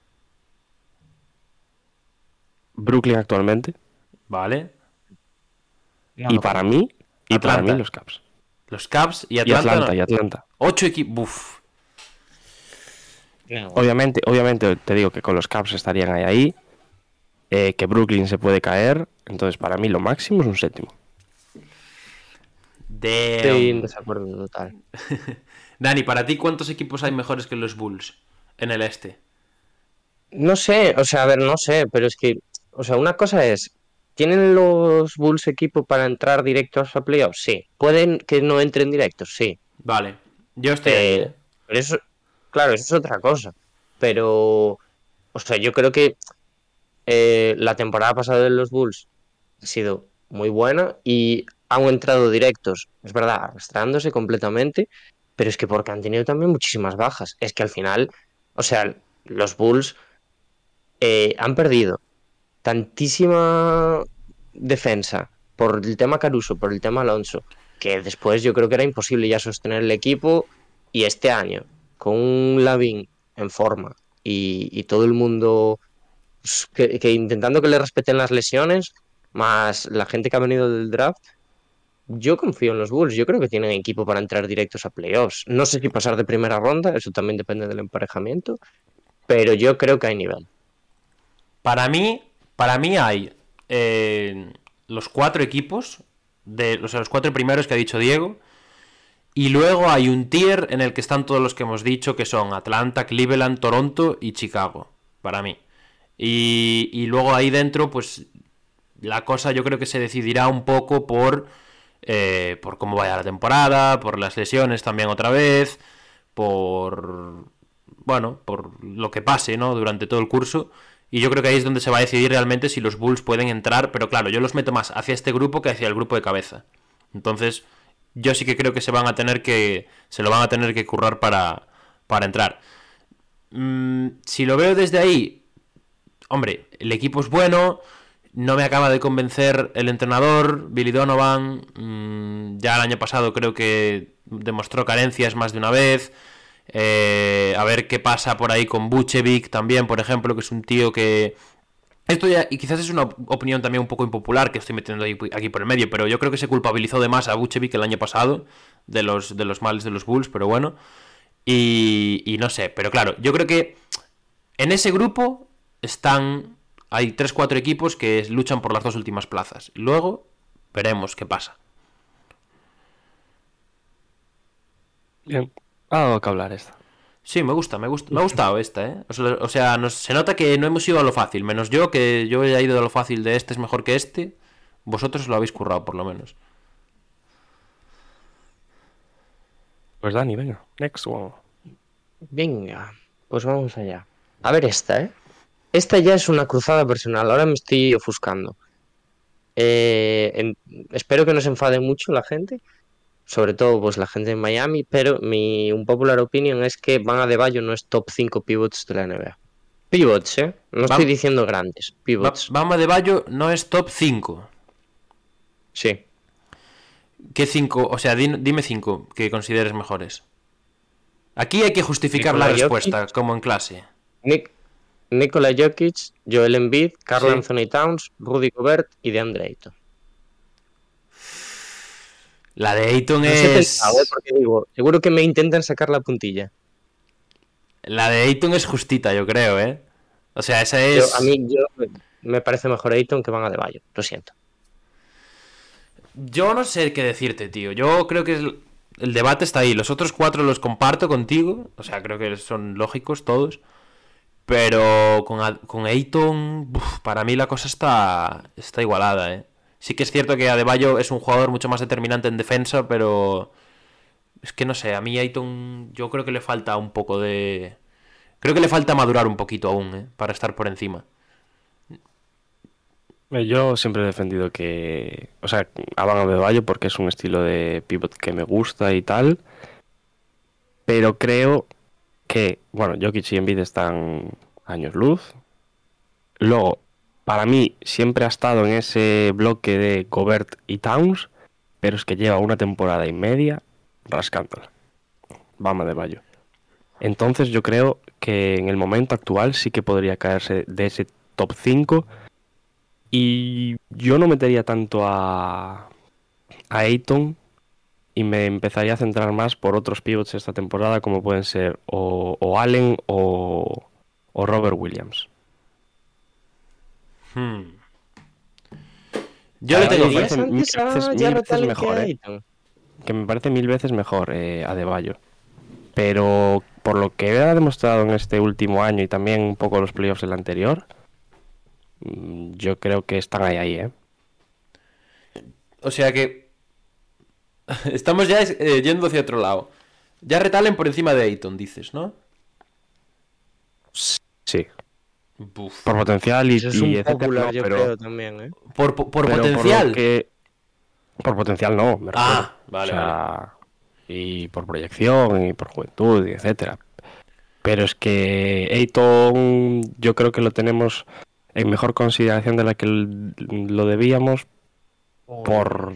Brooklyn actualmente, Vale. y para mí, y para Atlanta. mí los Caps. Los Cavs y Y Atlanta. Atlanta, no. y Atlanta. Ocho equipos. Buf. Obviamente, obviamente te digo que con los Caps estarían ahí, ahí eh, que Brooklyn se puede caer, entonces para mí lo máximo es un séptimo. Estoy en Damn. desacuerdo total. Dani, para ti, ¿cuántos equipos hay mejores que los Bulls en el este? No sé, o sea, a ver, no sé, pero es que, o sea, una cosa es, ¿tienen los Bulls equipo para entrar directos a playoffs? Sí. ¿Pueden que no entren directos? Sí. Vale, yo estoy ahí, Eh, ¿eh? pero eso, claro, eso es otra cosa. Pero, o sea, yo creo que eh, la temporada pasada de los Bulls ha sido muy buena y han entrado directos, es verdad, arrastrándose completamente, pero es que porque han tenido también muchísimas bajas. Es que al final, o sea, los Bulls eh, han perdido tantísima defensa por el tema Caruso, por el tema Alonso, que después yo creo que era imposible ya sostener el equipo. Y este año, con un Lavin en forma y, y todo el mundo que, que intentando que le respeten las lesiones, más la gente que ha venido del draft, yo confío en los Bulls. Yo creo que tienen equipo para entrar directos a playoffs. No sé si pasar de primera ronda, eso también depende del emparejamiento, pero yo creo que hay nivel. Para mí, para mí hay eh, los cuatro equipos, de, o sea, los cuatro primeros que ha dicho Diego, y luego hay un tier en el que están todos los que hemos dicho, que son Atlanta, Cleveland, Toronto y Chicago, para mí. Y, y luego ahí dentro, pues la cosa yo creo que se decidirá un poco por, eh, por cómo vaya la temporada, por las lesiones también otra vez, por, bueno, por lo que pase, ¿no?, durante todo el curso. Y yo creo que ahí es donde se va a decidir realmente si los Bulls pueden entrar. Pero claro, yo los meto más hacia este grupo que hacia el grupo de cabeza. Entonces, yo sí que creo que se van a tener que. Se lo van a tener que currar para, para entrar. Mm, si lo veo desde ahí, hombre, el equipo es bueno. No me acaba de convencer el entrenador, Billy Donovan. Mm, ya el año pasado creo que demostró carencias más de una vez. Eh, a ver qué pasa por ahí con Vucevic también, por ejemplo, que es un tío que... Esto ya, y quizás es una opinión también un poco impopular que estoy metiendo ahí, aquí por el medio, pero yo creo que se culpabilizó de más a Vucevic el año pasado de los, de los males de los Bulls, pero bueno. Y, y no sé, pero claro, yo creo que en ese grupo están... Hay tres cuatro equipos que luchan por las dos últimas plazas. Luego veremos qué pasa. Bien. Ha dado que hablar esta. Sí, me gusta, me gusta, me ha gustado esta, ¿eh? O sea, o sea nos, se nota que no hemos ido a lo fácil, menos yo, que yo he ido a lo fácil de este es mejor que este. Vosotros lo habéis currado, por lo menos. Pues Dani, venga, next one. Venga, pues vamos allá. A ver esta, ¿eh? Esta ya es una cruzada personal, ahora me estoy ofuscando. Eh, en- espero que no se enfade mucho la gente, sobre todo pues la gente en Miami, pero mi un popular opinion es que Bam Adebayo no es top cinco pivots de la N B A. Pivots, ¿eh? No estoy Bam- diciendo grandes, Ba- pivots. Bam Adebayo no es top cinco. Sí. ¿Qué cinco? O sea, di- dime cinco que consideres mejores. Aquí hay que justificar la Nikola respuesta, Jokic. como en clase. Nick, Nikola Jokic, Joel Embiid, Karl Sí. Anthony Towns, Rudy Gobert y DeAndre Ayton. La de Ayton No sé es... pensado, ¿eh? Porque digo, seguro que me intentan sacar la puntilla. La de Ayton es justita, yo creo, ¿eh? O sea, esa Yo, es... a mí yo, me parece mejor Ayton que Bam Adebayo, lo siento. Yo no sé qué decirte, tío. Yo creo que el, el debate está ahí. Los otros cuatro los comparto contigo. O sea, creo que son lógicos todos. Pero con, A- con Ayton, uf, para mí la cosa está, está igualada, ¿eh? Sí que es cierto que Adebayo es un jugador mucho más determinante en defensa, pero... Es que no sé, a mí Ayton yo creo que le falta un poco de... Creo que le falta madurar un poquito aún, ¿eh? Para estar por encima. Eh, Yo siempre he defendido que, o sea, a Bam Adebayo porque es un estilo de pivot que me gusta y tal, pero creo que, bueno, Jokic y Embiid están años luz. Luego, para mí siempre ha estado en ese bloque de Gobert y Towns, pero es que lleva una temporada y media rascándola. Bam Adebayo. Entonces yo creo que en el momento actual sí que podría caerse de ese top cinco. Y yo no metería tanto a, a Ayton y me empezaría a centrar más por otros pivots esta temporada como pueden ser o, o Allen o, o Robert Williams. Hmm. Yo le Adebayo tengo me fe. parece mil antes a veces- mil Jarrett veces Allen mejor, que ¿eh? Ayton. Que me parece mil veces mejor eh, Adebayo. Pero por lo que ha demostrado en este último año y también un poco los playoffs del anterior, mm, yo creo que están ahí, ahí, ¿eh? O sea que... Estamos ya eh, yendo hacia otro lado. Ya retalen por encima de Ayton, dices, ¿no? Sí, Buf. por potencial y, Eso es y un etcétera, popular, no, yo pero, creo también, ¿eh? Por, por, por pero potencial. lo que- por potencial no, me refiero. Ah, vale, O sea, y por proyección y por juventud, y etcétera. Pero es que Ayton yo creo que lo tenemos en mejor consideración de la que lo debíamos por...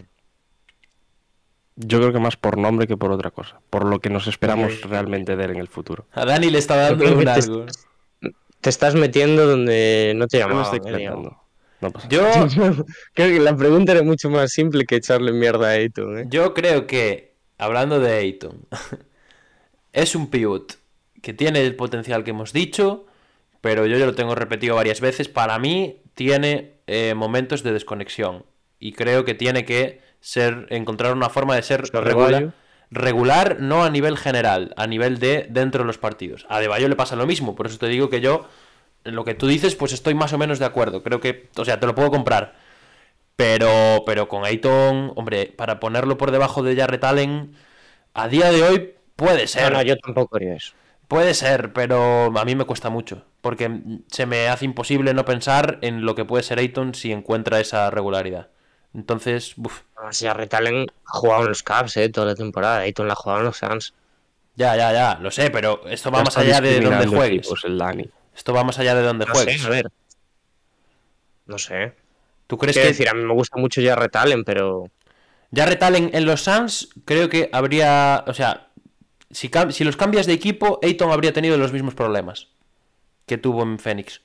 Yo creo que más por nombre que por otra cosa. Por lo que nos esperamos Ok. realmente de él en el futuro. A Dani le está dando Yo creo un que te algo. estás- Te estás metiendo donde no te Yo me llamaban, estoy eh, Diego. calentando. No pasa Yo, Creo que la pregunta era mucho más simple que echarle mierda a Ayton, ¿eh? yo creo que, hablando de Ayton, es un pivot que tiene el potencial que hemos dicho, pero yo ya lo tengo repetido varias veces. Para mí tiene eh, momentos de desconexión y creo que tiene que ser encontrar una forma de ser Oscar regular, Adebayo. regular, no a nivel general, a nivel de dentro de los partidos. A Adebayo le pasa lo mismo, por eso te digo que yo, en lo que tú dices, pues estoy más o menos de acuerdo. Creo que, o sea, te lo puedo comprar. Pero, pero con Ayton, hombre, para ponerlo por debajo de Jarrett Allen, a día de hoy puede ser. No, no, yo tampoco haría eso. Puede ser, pero a mí me cuesta mucho. Porque se me hace imposible no pensar en lo que puede ser Ayton si encuentra esa regularidad. Entonces, uff, Además, ya Retalen ha jugado en los Cavs, ¿eh? Toda la temporada. Ayton la ha jugado en los Suns. ya, ya, ya, lo sé, pero esto va Ya más está allá de donde discriminando juegues. equipos, el Dani. Esto va más allá de donde No juegues. sé, a ver. No sé. ¿Tú crees Quiero que decir, a mí me gusta mucho ya Retalen, pero... Jarrett Allen en los Suns creo que habría, o sea, si, cam- si los cambias de equipo, Ayton habría tenido los mismos problemas que tuvo en Phoenix.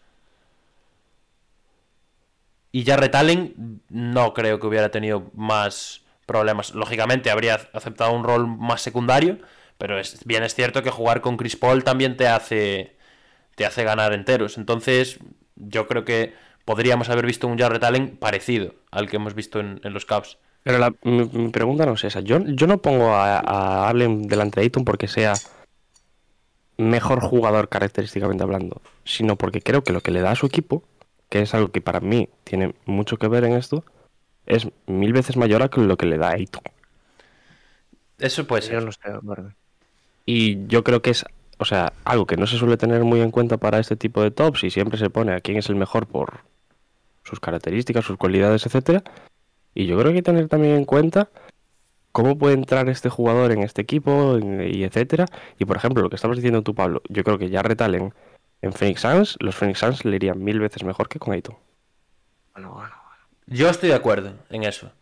Y Jarrett Allen no creo que hubiera tenido más problemas. Lógicamente habría aceptado un rol más secundario, pero es, bien es cierto que jugar con Chris Paul también te hace te hace ganar enteros. Entonces, yo creo que podríamos haber visto un Jarrett Allen parecido al que hemos visto en, en los Cavs. Pero la, mi, mi pregunta no es esa. Yo, yo no pongo a, a Allen delante de Ayton porque sea mejor jugador característicamente hablando, sino porque creo que lo que le da a su equipo, que es algo que para mí tiene mucho que ver en esto, es mil veces mayor a que lo que le da a Ayton. Eso puede Yo ser. no estoy de acuerdo. Y yo creo que es, o sea, algo que no se suele tener muy en cuenta para este tipo de tops y siempre se pone a quién es el mejor por sus características, sus cualidades, etcétera. Y yo creo que hay que tener también en cuenta cómo puede entrar este jugador en este equipo en- y etcétera. Y por ejemplo, lo que estabas diciendo tú, Pablo, yo creo que Jarrett Allen en Phoenix Suns, los Phoenix Suns le irían mil veces mejor que con Ayton. Bueno, bueno. Yo estoy de acuerdo en eso.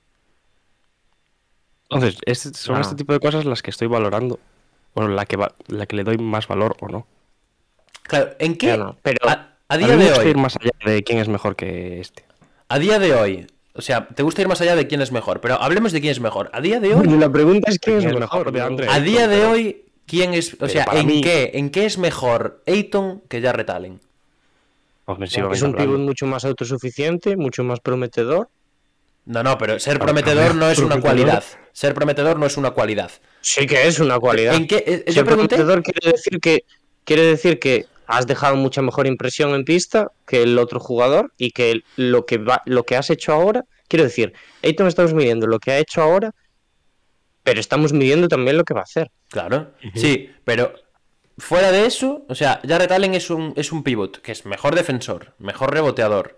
Entonces, este- son No. este tipo de cosas las que estoy valorando, o la que va- la que le doy más valor o no. Claro, ¿en qué? Yo no, pero- a, a A día mí me de gusta ir hoy, más allá de quién es mejor que este. a día de hoy, o sea, te gusta ir más allá de quién es mejor, pero hablemos de quién es mejor. A día de hoy, La pregunta es quién es ¿Quién el es mejor mejor, de ¿no? Andre? a día de pero- hoy, quién es, o pero sea, para ¿en mí- qué, en qué es mejor Ayton que Jarrett Allen? Ofensivamente Es un hablando. pivot mucho más autosuficiente, mucho más prometedor. No, no, pero ser Claro, prometedor claro, no es una prometedor. cualidad. Ser prometedor no es una cualidad. Sí que es una cualidad. ¿En qué? eh, Yo Ser pregunté. prometedor quiere decir que quiere decir que has dejado mucha mejor impresión en pista que el otro jugador y que lo que va, lo que has hecho ahora, quiero decir, Ayton estamos midiendo lo que ha hecho ahora, pero estamos midiendo también lo que va a hacer. Claro, sí, pero fuera de eso, o sea, Jarrett Allen es un, es un pivot que es mejor defensor, mejor reboteador,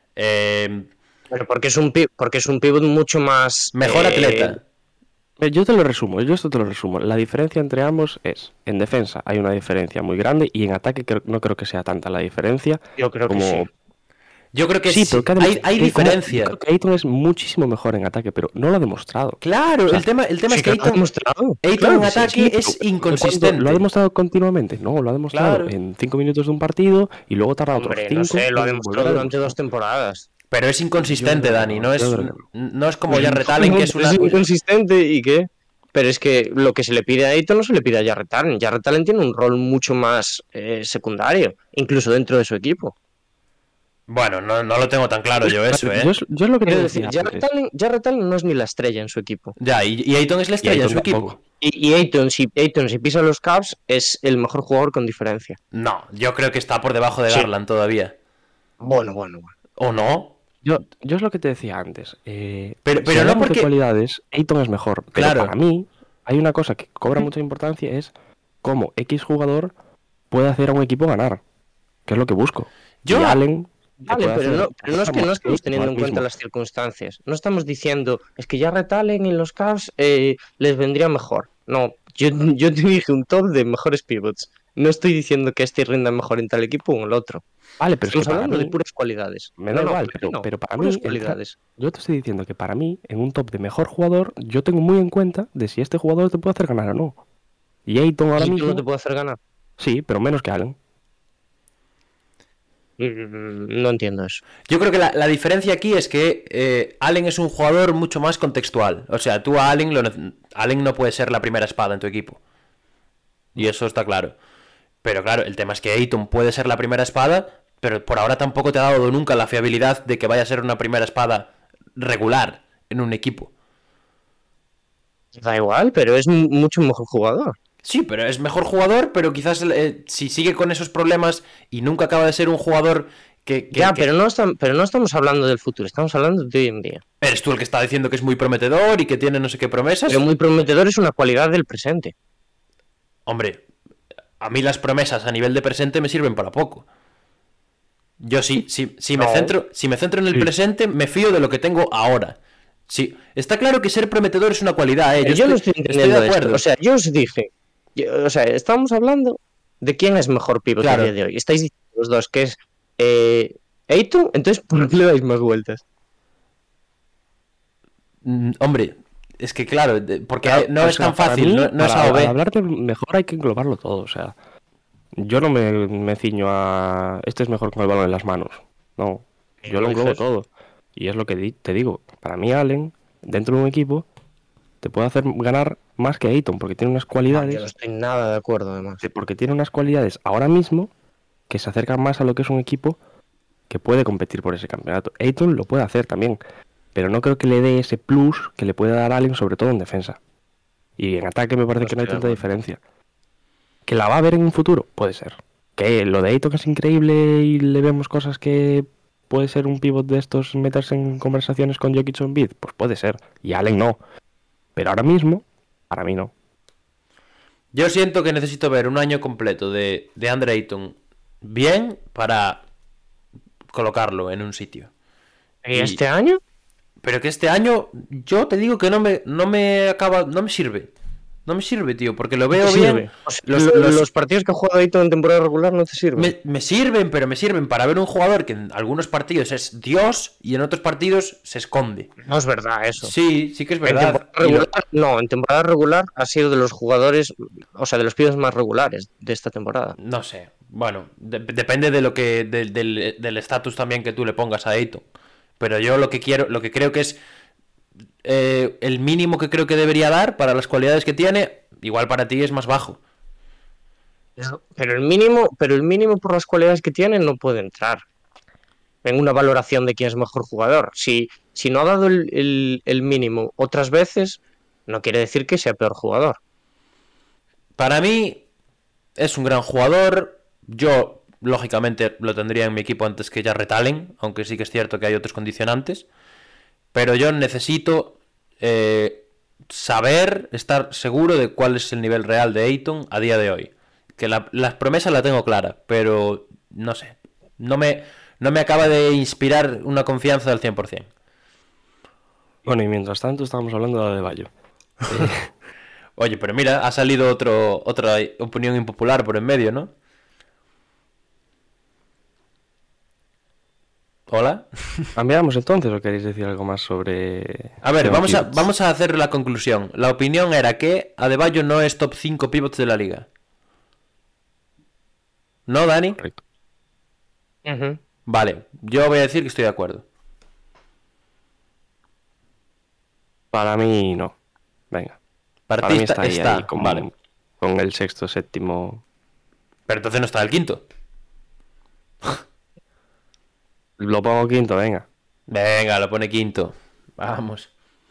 eh, Pero porque es un pi- porque es un pivot mucho más mejor eh, atleta. Eh, Yo te lo resumo, yo esto te lo resumo. La diferencia entre ambos es, en defensa hay una diferencia muy grande y en ataque creo- no creo que sea tanta la diferencia Yo creo como... que sí. Yo creo que Sí, sí, pero que además- hay, hay que como- diferencia. Yo creo que Ayton es muchísimo mejor en ataque, pero no lo ha demostrado. Claro, O sea, el tema, el tema Sí es que que lo ha Ayton, demostrado. Ayton Claro en que sí, ataque Sí, es pero inconsistente. ¿Lo ha demostrado continuamente? No, lo ha demostrado Claro. en cinco minutos de un partido y luego tarda otros Hombre, cinco. no sé, lo ha en demostrado volver a durante dos demostrar. temporadas. Pero es inconsistente, Yo creo que Dani. no, No es, yo creo que no es como Jarrett Allen, que es una. Es inconsistente y qué. Pero es que lo que se le pide a Ayton no se le pide a Jarrett Allen. Jarrett Allen tiene un rol mucho más eh, secundario, incluso dentro de su equipo. Bueno, no, no lo tengo tan claro yo eso, ¿eh? Yo, es- yo es lo que te Quiero decía decir, Jarrett antes. Allen, Jarrett Allen no es ni la estrella en su equipo. Ya, y, y Ayton es la estrella en Ayton su equipo. tampoco. Y, y Ayton, si, Ayton, si pisa los Cavs, es el mejor jugador con diferencia. No, yo creo que está por debajo de Sí. Garland todavía. Bueno, bueno, bueno. ¿O no? Yo, yo es lo que te decía antes. eh, Pero- si pero no hablamos porque- de cualidades, Ayton es mejor. Pero Claro. para mí, hay una cosa que cobra mucha importancia, es cómo X jugador puede hacer a un equipo ganar. Que es lo que busco. Yo- Y Allen... le Vale, puede pero hacer no, pero no es que no más estamos Ayton teniendo en ahora cuenta mismo. las circunstancias. No estamos diciendo, es que Jarrett Allen en los Cavs eh, les vendría mejor. No, Yo, yo te dije un top de mejores pivots. No estoy diciendo que este rinda mejor en tal equipo o en el otro. Vale, pero es Estamos que para hablando mí, de puras cualidades. me No, da no, igual, claro que pero, no. pero para Puras mí, entra- cualidades. yo te estoy diciendo que para mí, en un top de mejor jugador, yo tengo muy en cuenta de si este jugador te puede hacer ganar o no. Y Ayton ahora ¿Y tú mismo, no te puedo hacer ganar? sí, pero menos que Allen. Mm, No entiendo eso. Yo creo que la, la diferencia aquí es que eh, Allen es un jugador mucho más contextual. O sea, tú a Allen, lo nece- Allen no puede ser la primera espada en tu equipo. Y eso está claro. Pero claro, el tema es que Ayton puede ser la primera espada, pero por ahora tampoco te ha dado nunca la fiabilidad de que vaya a ser una primera espada regular en un equipo. Da igual, pero es mu- mucho mejor jugador. Sí, pero es mejor jugador, pero quizás eh, si sigue con esos problemas y nunca acaba de ser un jugador que... que- Ya, que- pero no, estam- pero no estamos hablando del futuro, estamos hablando de hoy en día. Eres tú el que está diciendo que es muy prometedor y que tiene no sé qué promesas. Pero muy prometedor es una cualidad del presente. Hombre, a mí las promesas a nivel de presente me sirven para poco. Yo sí, sí, si me No. centro, si me centro en el Sí. presente, me fío de lo que tengo ahora. Sí, está claro que ser prometedor es una cualidad, ¿eh? Yo, Yo no estoy, estoy estoy entendiendo de esto. acuerdo. O sea, yo os dije, yo- o sea, estamos hablando de quién es mejor pívot Claro. a día de hoy. Estáis diciendo los dos que es eh, Ayton, entonces ¿por qué le dais más vueltas? Mm, hombre, es que claro, de- porque Claro, no o es sea, tan para fácil, mí, no, no es para, A o para B. hablar de mejor hay que englobarlo todo, o sea, yo no me, me ciño a este es mejor con el balón en las manos, no, yo lo no englobo dices. todo, y es lo que di- te digo, para mí Allen, dentro de un equipo, te puede hacer ganar más que Ayton, porque tiene unas Ah, cualidades, yo no estoy nada de acuerdo, además. de- porque tiene unas cualidades ahora mismo que se acercan más a lo que es un equipo que puede competir por ese campeonato. Ayton lo puede hacer también, pero no creo que le dé ese plus que le puede dar Allen, sobre todo en defensa. Y en ataque me parece No que no hay estoy de tanta acuerdo. diferencia. ¿Que la va a ver en un futuro? Puede ser. ¿Que lo de Ayton es increíble y le vemos cosas que puede ser un pivot de estos meterse en conversaciones con Jokic o Embiid? Pues puede ser. Y Allen no. Pero ahora mismo, para mí no. Yo siento que necesito ver un año completo de, de Andre Ayton bien para colocarlo en un sitio. ¿Y Y- este año? Pero que este año, yo te digo que no me, no me acaba, no me sirve. No me sirve, tío, porque lo veo ¿Te bien. sirve? O sea, Los- lo- los- los partidos que ha jugado Ayton en temporada regular no te sirven. Me, me sirven, pero me sirven para ver un jugador que en algunos partidos es Dios y en otros partidos se esconde. No es verdad eso. Sí, sí que es En verdad. temporada Y lo- regular, no, en temporada regular ha sido de los jugadores, o sea, de los pibes más regulares de esta temporada. No sé. Bueno, de- depende de lo que de- del del estatus también que tú le pongas a Ayton. Pero yo lo que quiero, lo que creo que es eh, el mínimo que creo que debería dar para las cualidades que tiene, igual para ti es más bajo. Pero el mínimo, pero el mínimo por las cualidades que tiene no puede entrar en una valoración de quién es mejor jugador. Si, si no ha dado el, el- el mínimo otras veces, no quiere decir que sea peor jugador. Para mí es un gran jugador. Yo, lógicamente, lo tendría en mi equipo antes que Jarrett Allen, aunque sí que es cierto que hay otros condicionantes. Pero yo necesito eh, saber, estar seguro de cuál es el nivel real de Ayton a día de hoy. Que la, las promesas la tengo clara, pero no sé. No me, no me acaba de inspirar una confianza del cien por ciento. Bueno, y mientras tanto estábamos hablando de Adebayo. Oye, pero mira, ha salido otro, otra opinión impopular por en medio, ¿no? ¿Hola? ¿Cambiamos entonces o queréis decir algo más sobre... A ver, tema vamos a, pivots? vamos a hacer la conclusión. La opinión era que Adebayo no es top cinco pivots de la liga. ¿No, Dani? Correcto. Ujú. Vale, yo voy a decir que estoy de acuerdo. Para mí no. Venga. Para, Para ti mí está, está ahí, está, ahí, como vale. con el sexto, séptimo... Pero entonces no está el quinto. Lo pongo quinto, venga. Venga, lo pone quinto. Vamos.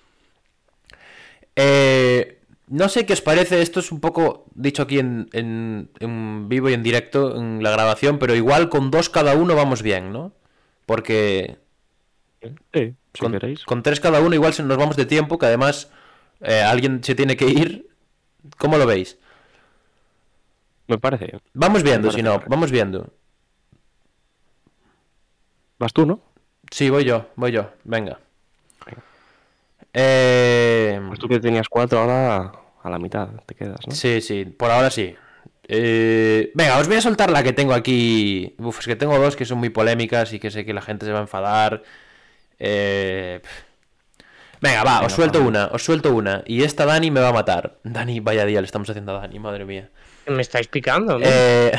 Eh, no sé qué os parece. Esto es un poco dicho aquí en, en- en vivo y en directo en la grabación, pero igual con dos cada uno vamos bien, ¿no? Porque Sí, si con, queréis. con tres cada uno igual se nos vamos de tiempo, que además eh, alguien se tiene que ir. ¿Cómo lo veis? Me parece bien. Vamos viendo, parece si no, correcto. vamos viendo. ¿Vas tú, no? Sí, voy yo, voy yo, venga. Eh, Pues tú que tenías cuatro, ahora a la mitad te quedas, ¿no? Sí, sí, por ahora sí. Eh, venga, os voy a soltar la que tengo aquí. Uf, es que tengo dos que son muy polémicas y que sé que la gente se va a enfadar. Eh... Venga, va, Venga, os suelto Pablo. una, os suelto una. Y esta Dani me va a matar. Dani, vaya día le estamos haciendo a Dani, madre mía. Me estáis picando, ¿no? Eh...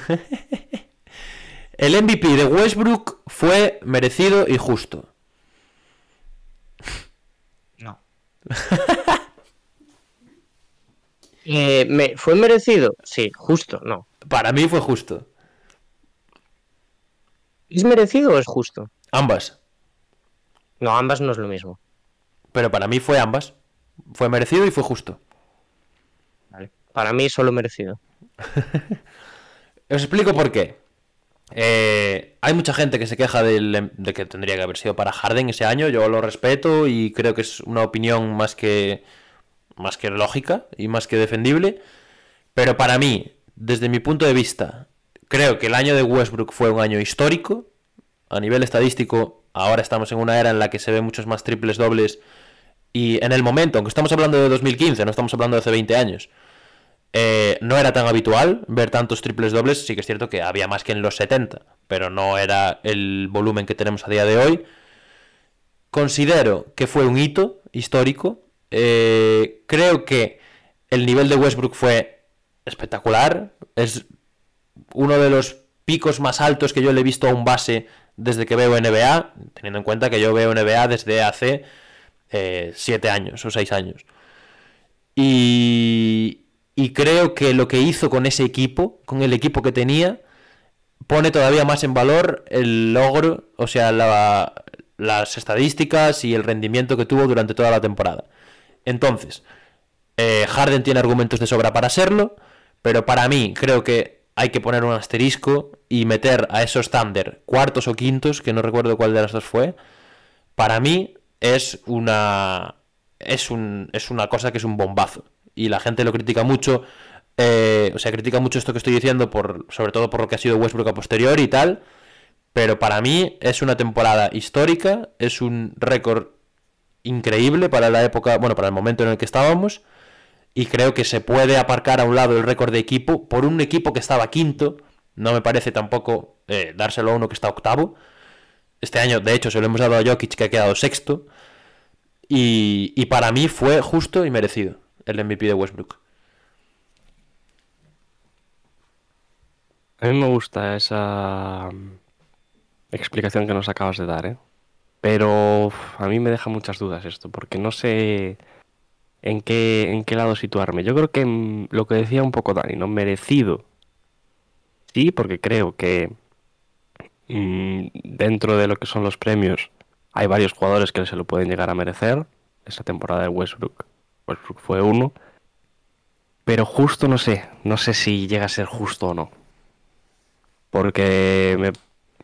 El M V P de Westbrook fue merecido y justo. No. eh, me, ¿Fue merecido? Sí, justo, no. Para mí fue justo. ¿Es merecido o es justo? Ambas. No, ambas no es lo mismo. Pero para mí fue ambas. Fue merecido y fue justo. Vale. Para mí solo merecido. Os explico por qué. Eh, hay mucha gente que se queja del, de que tendría que haber sido para Harden ese año. Yo lo respeto y creo que es una opinión más que más que lógica y más que defendible. Pero para mí, desde mi punto de vista, creo que el año de Westbrook fue un año histórico. A nivel estadístico, ahora estamos en una era en la que se ven muchos más triples dobles. Y en el momento, aunque estamos hablando de dos mil quince, no estamos hablando de hace veinte años, eh, no era tan habitual ver tantos triples dobles. Sí que es cierto que había más que en los setenta, pero no era el volumen que tenemos a día de hoy. Considero que fue un hito histórico. Eh, creo que el nivel de Westbrook fue espectacular. Es uno de los picos más altos que yo le he visto a un base desde que veo N B A, teniendo en cuenta que yo veo N B A desde hace eh, siete años o seis años. Y, y creo que lo que hizo con ese equipo, con el equipo que tenía, pone todavía más en valor el logro, o sea, la, las estadísticas y el rendimiento que tuvo durante toda la temporada. Entonces, eh, Harden tiene argumentos de sobra para serlo, pero para mí creo que hay que poner un asterisco y meter a esos Thunder cuartos o quintos, que no recuerdo cuál de las dos fue. Para mí es una es un es una cosa que es un bombazo y la gente lo critica mucho. Eh, o sea, critica mucho esto que estoy diciendo, por sobre todo por lo que ha sido Westbrook a posteriori y tal. Pero para mí es una temporada histórica, es un récord increíble para la época, bueno, para el momento en el que estábamos. Y creo que se puede aparcar a un lado el récord de equipo por un equipo que estaba quinto. No me parece tampoco eh, dárselo a uno que está octavo. Este año, de hecho, se lo hemos dado a Jokic, que ha quedado sexto. Y, y para mí fue justo y merecido el M V P de Westbrook. A mí me gusta esa explicación que nos acabas de dar, ¿eh? Pero uf, a mí me deja muchas dudas esto, porque no sé en qué, en qué lado situarme. Yo creo que mm, lo que decía un poco Dani, ¿no? Merecido. Sí, porque creo que mm, dentro de lo que son los premios hay varios jugadores que se lo pueden llegar a merecer. Esa temporada de Westbrook, Westbrook fue uno. Pero justo no sé, no sé si llega a ser justo o no. Porque me...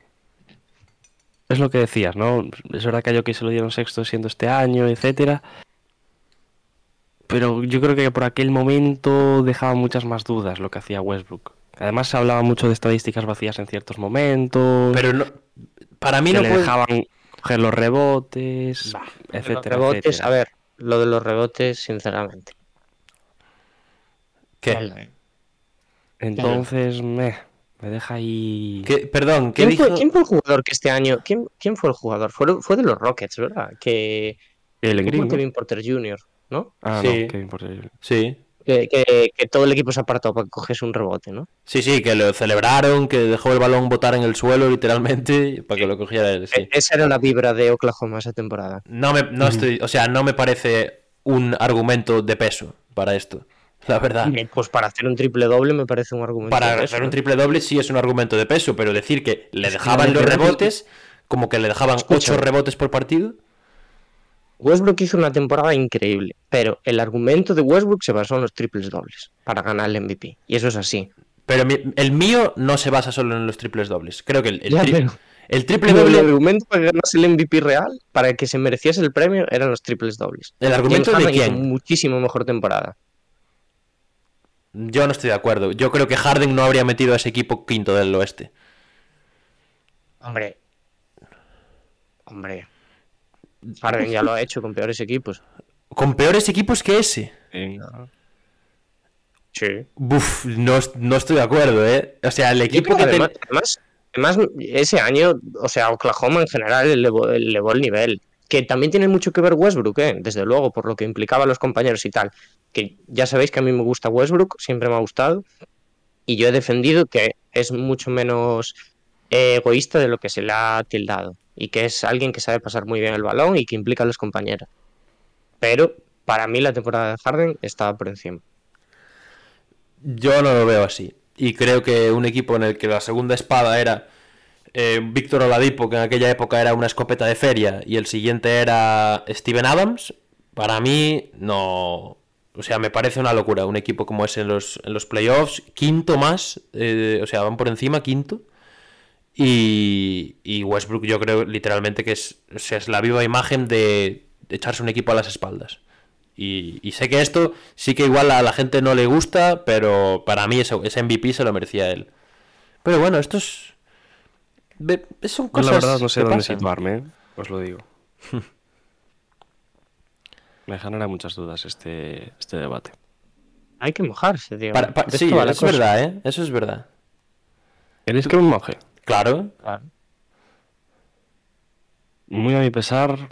es lo que decías, ¿no? Es verdad que a Jokic se lo dieron sexto siendo este año, etcétera. Pero yo creo que por aquel momento dejaba muchas más dudas lo que hacía Westbrook. Además se hablaba mucho de estadísticas vacías en ciertos momentos. Pero no, para mí que no le puede... dejaban coger los rebotes, Bah, etcétera, los rebotes, etcétera. a ver, lo de los rebotes, sinceramente. ¿Qué? Entonces, me, me deja ahí... ¿Qué? Perdón, ¿qué ¿Quién, dijo? fue, ¿Quién fue el jugador que este año... ¿Quién, quién fue el jugador? Fue, fue de los Rockets, ¿verdad? Que El fue Green, con ¿no? Kevin Porter junior, ¿no? Ah, Sí. no, Kevin Porter. Sí. Que, que, que todo el equipo se apartó para que cogiese un rebote, ¿no? Sí, sí, que lo celebraron, que dejó el balón botar en el suelo literalmente para que lo cogiera él, sí. E- Esa era la vibra de Oklahoma esa temporada. No me, no estoy, o sea, no me parece un argumento de peso para esto, la verdad. Y, Pues para hacer un triple doble me parece un argumento. Para de hacer eso, un ¿eh? triple doble sí es un argumento de peso, pero decir que le Es que dejaban no los le queda- rebotes, como que le dejaban Escucha. ocho rebotes por partido. Westbrook hizo una temporada increíble, pero el argumento de Westbrook se basó en los triples dobles para ganar el M V P. Y eso es así. Pero mi- el mío no se basa solo en los triples dobles. Creo que el, el, Ya, tri- pero- el triple Pero el doble, argumento para que ganase el M V P real, para que se mereciese el premio, eran los triples dobles. ¿el argumento James de Harden hizo quién? muchísimo mejor temporada. Yo no estoy de acuerdo. Yo creo que Harden no habría metido a ese equipo quinto del oeste. Hombre. Hombre. Harden ya lo ha hecho con peores equipos. Con peores equipos que ese. Sí. Sí. Buf, no, no estoy de acuerdo, ¿eh? O sea, el equipo que además, ten... además, además, ese año, o sea, Oklahoma en general elevó, elevó el nivel. Que también tiene mucho que ver Westbrook, ¿eh? Desde luego, por lo que implicaba a los compañeros y tal. Que ya sabéis que a mí me gusta Westbrook, siempre me ha gustado. Y yo he defendido que es mucho menos eh, egoísta de lo que se le ha tildado. Y que es alguien que sabe pasar muy bien el balón y que implica a los compañeros. Pero para mí la temporada de Harden estaba por encima. Yo no lo veo así. Y creo que un equipo en el que la segunda espada era eh, Víctor Oladipo, que en aquella época era una escopeta de feria, y el siguiente era Steven Adams, para mí no... O sea, me parece una locura un equipo como ese en los, en los playoffs, quinto más, eh, o sea, van por encima, quinto. Y, y Westbrook yo creo literalmente que es, o sea, es la viva imagen de echarse un equipo a las espaldas. Y, y sé que esto sí que igual a la gente no le gusta, pero para mí ese, ese M V P se lo merecía él. Pero bueno, esto es... Son cosas Yo la verdad no sé que dónde pasan. situarme, ¿eh? Os lo digo. Me genera muchas dudas este, este debate. Hay que mojarse, tío. Para- pa- De sí, esto va la es cosa. verdad, ¿eh? Eso es verdad. ¿Queréis que me moje? Claro. Claro. Muy a mi pesar,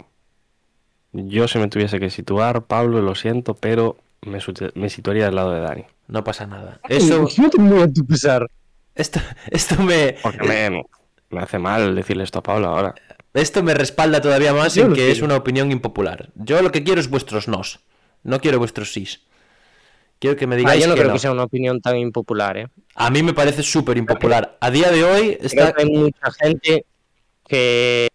yo si me tuviese que situar, Pablo, lo siento, pero me, sute- me situaría al lado de Dani. No pasa nada. Eso, Imagínate muy a tu pesar. esto, esto me, Porque me, me hace mal decirle esto a Pablo ahora. esto me respalda todavía más Yo en lo que es quiero. una opinión impopular. Yo lo que quiero es vuestros nos. No quiero vuestros sís. Quiero que me Ah, digáis yo no que creo no. que sea una opinión tan impopular, ¿eh? A mí me parece súper impopular. A día de hoy Creo está... que hay mucha gente que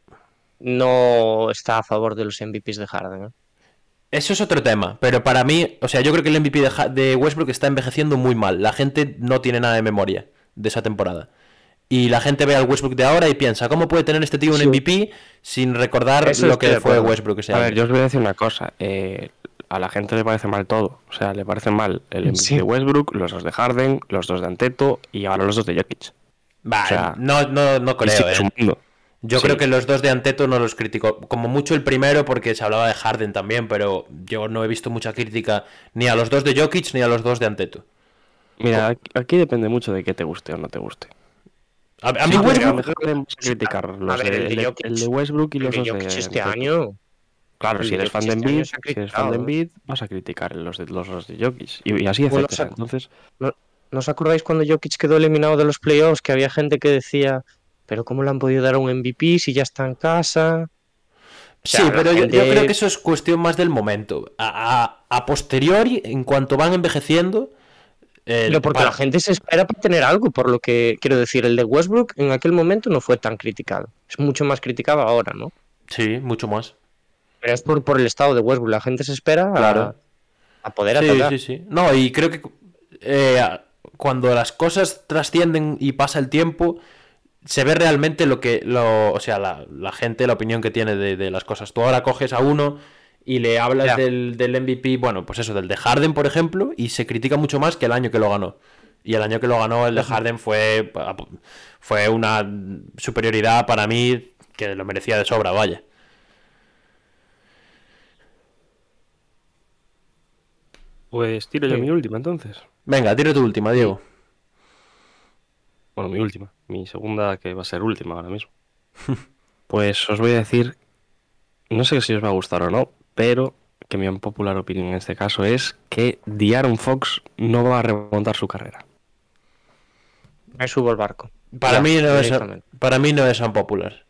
no está a favor de los M V Ps de Harden, ¿eh? Eso es otro tema, pero para mí, o sea, yo creo que el M V P de, Ha- de Westbrook está envejeciendo muy mal. La gente no tiene nada de memoria de esa temporada. Y la gente ve al Westbrook de ahora y piensa, ¿cómo puede tener este tío un Sí. M V P sin recordar Eso lo estoy que de fue acuerdo. Westbrook ese A año? ver, yo os voy a decir una cosa. eh, a la gente le parece mal todo. O sea, le parece mal el M V P Sí. de Westbrook, los dos de Harden, los dos de Anteto y ahora los dos de Jokic. Va, o sea, no, no, no Y creo, sigue eh. sumando. Yo Sí. creo que los dos de Anteto no los criticó. Como mucho el primero porque se hablaba de Harden también, pero yo no he visto mucha crítica ni a los dos de Jokic ni a los dos de Anteto. Mira, aquí, aquí depende mucho de que te guste o no te guste. A, a Sí, mí porque Westbrook... a lo mejor vamos a criticar los ver, de, el de el de- Jokic- el de Westbrook y El los de dos de Jokic este Anteto. año. Claro, el si de eres Jokic fan de este año Embiid, se ha si eres fan de criticado, ¿eh? Embiid, vas a criticar los de los dos de Jokic y, y así, Bueno, etcétera. o sea, Entonces, ¿No, ¿no os acordáis cuando Jokic quedó eliminado de los playoffs? Que había gente que decía, pero ¿cómo le han podido dar un M V P si ya está en casa? O sea, Sí, la pero yo, yo gente- creo que eso es cuestión más del momento. A, a- a posteriori, en cuanto van envejeciendo... eh, Pero porque para- la gente se espera para tener algo, por lo que quiero decir, el de Westbrook en aquel momento no fue tan criticado. Es mucho más criticado ahora, ¿no? Sí, mucho más. Pero es por, por el estado de Westbrook. La gente se espera a, Claro. a poder Sí, atacar. sí, sí. No, y creo que eh, cuando las cosas trascienden y pasa el tiempo, se ve realmente lo que, lo, o sea, la, la gente, la opinión que tiene de, de las cosas. Tú ahora coges a uno y le hablas Ya. del, del M V P, bueno, pues eso, del de Harden, por ejemplo, y se critica mucho más que el año que lo ganó. Y el año que lo ganó el de Harden fue, fue una superioridad para mí que lo merecía de sobra, vaya. pues tiro yo Sí. mi última entonces. Venga, tira tu última, Diego. Bueno, mi última. Mi segunda que va a ser última ahora mismo. Pues os voy a decir, no sé si os va a gustar o no, pero que mi popular opinión en este caso es que De'Aaron Fox no va a remontar su carrera. Me subo al barco. Para, Ya, mí no es, directamente. para mí no es tan popular.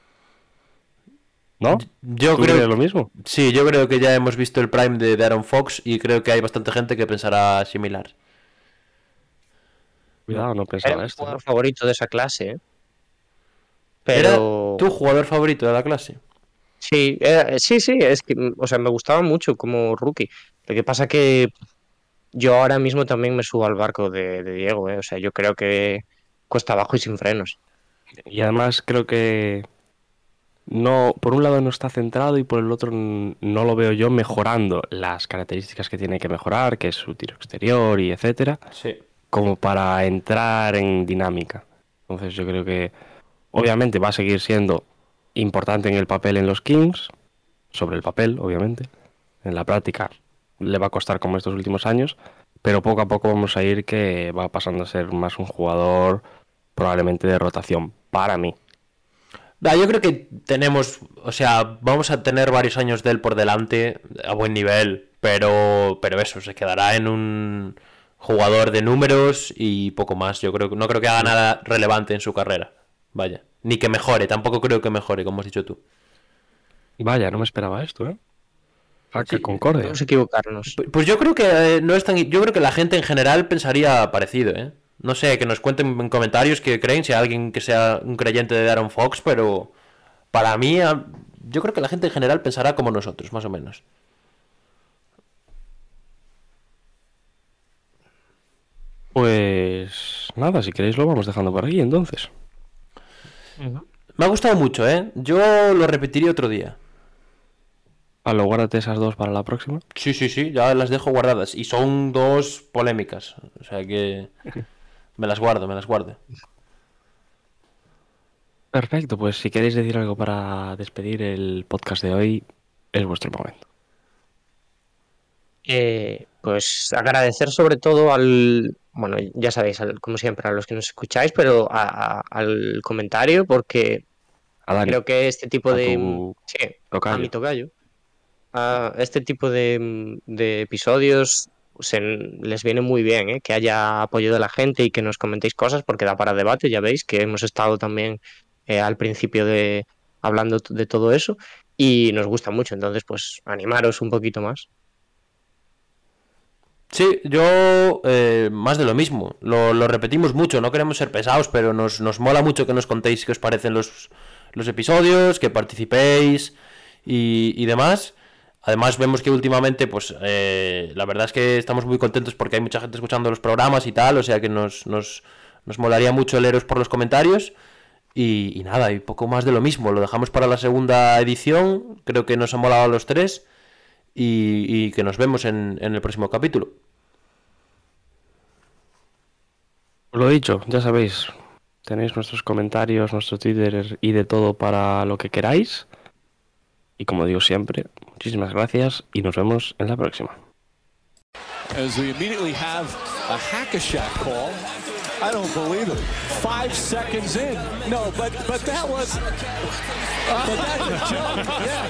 ¿No? Yo ¿Tú creo crees lo mismo? Sí, yo creo que ya hemos visto el prime de De'Aaron Fox y creo que hay bastante gente que pensará similar. Cuidado, no Era pensaba mi esto. jugador favorito de esa clase, ¿eh? ¿Era Pero... tu jugador favorito de la clase? Sí, era- sí, sí, es que, mm, o sea, me gustaba mucho como rookie. Lo que pasa que yo ahora mismo también me subo al barco de, de Diego, ¿eh? O sea, yo creo que cuesta abajo y sin frenos. Y además creo que no, por un lado no está centrado y por el otro n- no lo veo yo mejorando las características que tiene que mejorar, que es su tiro exterior y etcétera, Sí. como para entrar en dinámica. Entonces yo creo que obviamente va a seguir siendo importante en el papel en los Kings, sobre el papel, obviamente. En la práctica le va a costar como estos últimos años, pero poco a poco vamos a ir que va pasando a ser más un jugador probablemente de rotación, para mí. Da, yo creo que tenemos, o sea, vamos a tener varios años de él por delante a buen nivel, pero, pero eso, se quedará en un jugador de números y poco más. Yo creo, no creo que haga nada relevante en su carrera, vaya, ni que mejore, tampoco creo que mejore, como has dicho tú. Vaya, no me esperaba esto, ¿eh? Faca Sí, Concordia. Vamos a equivocarnos. Pues yo creo que eh, no es tan, yo creo que la gente en general pensaría parecido, ¿eh? No sé, que nos cuenten en comentarios qué creen, si hay alguien que sea un creyente de Aaron Fox, pero para mí, a- yo creo que la gente en general pensará como nosotros, más o menos. Pues nada, si queréis lo vamos dejando por aquí entonces. Me ha gustado mucho, ¿eh? Yo lo repetiría otro día. A lo guárdate esas dos para la próxima. Sí, sí, sí, ya las dejo guardadas. Y son dos polémicas, o sea que me las guardo, me las guardo. Perfecto, pues si queréis decir algo para despedir el podcast de hoy, es vuestro momento. Eh, pues agradecer sobre todo al, bueno, ya sabéis, al- como siempre, a los que nos escucháis, pero a- a- al comentario, porque A Dani, creo que este tipo a de, tu sí, a tocayo. mi tocayo, a este tipo de, de episodios se, les viene muy bien, ¿eh? Que haya apoyo de la gente y que nos comentéis cosas, porque da para debate, ya veis que hemos estado también eh, al principio de hablando t- de todo eso y nos gusta mucho, entonces pues animaros un poquito más. Sí, yo eh, más de lo mismo. Lo, lo repetimos mucho, no queremos ser pesados, pero nos, nos mola mucho que nos contéis qué os parecen los, los episodios, que participéis y, y demás. Además vemos que últimamente, pues eh, la verdad es que estamos muy contentos porque hay mucha gente escuchando los programas y tal, o sea que nos, nos, nos molaría mucho leeros por los comentarios. Y, y nada, y poco más de lo mismo. Lo dejamos para la segunda edición, creo que nos ha molado a los tres y, y que nos vemos en, en el próximo capítulo. Os lo dicho, ya sabéis, tenéis nuestros comentarios, nuestro Twitter y de todo para lo que queráis. Y como digo siempre, muchísimas gracias y nos vemos en la próxima. As we immediately have a hack-a-shack call. I don't believe it. Five seconds in. No, but but that was. Uh, but that's a joke. Yeah.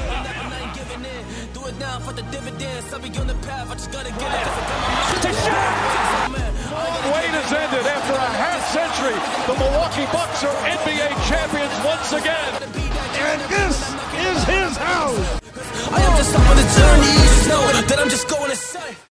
Do it now for the dividends. I'll be on the path. I just gotta get it. Wait has ended after a half century. The Milwaukee Bucks are N B A champions once again. And this is his house. I am just up on the journey. You just know that I'm just going to say.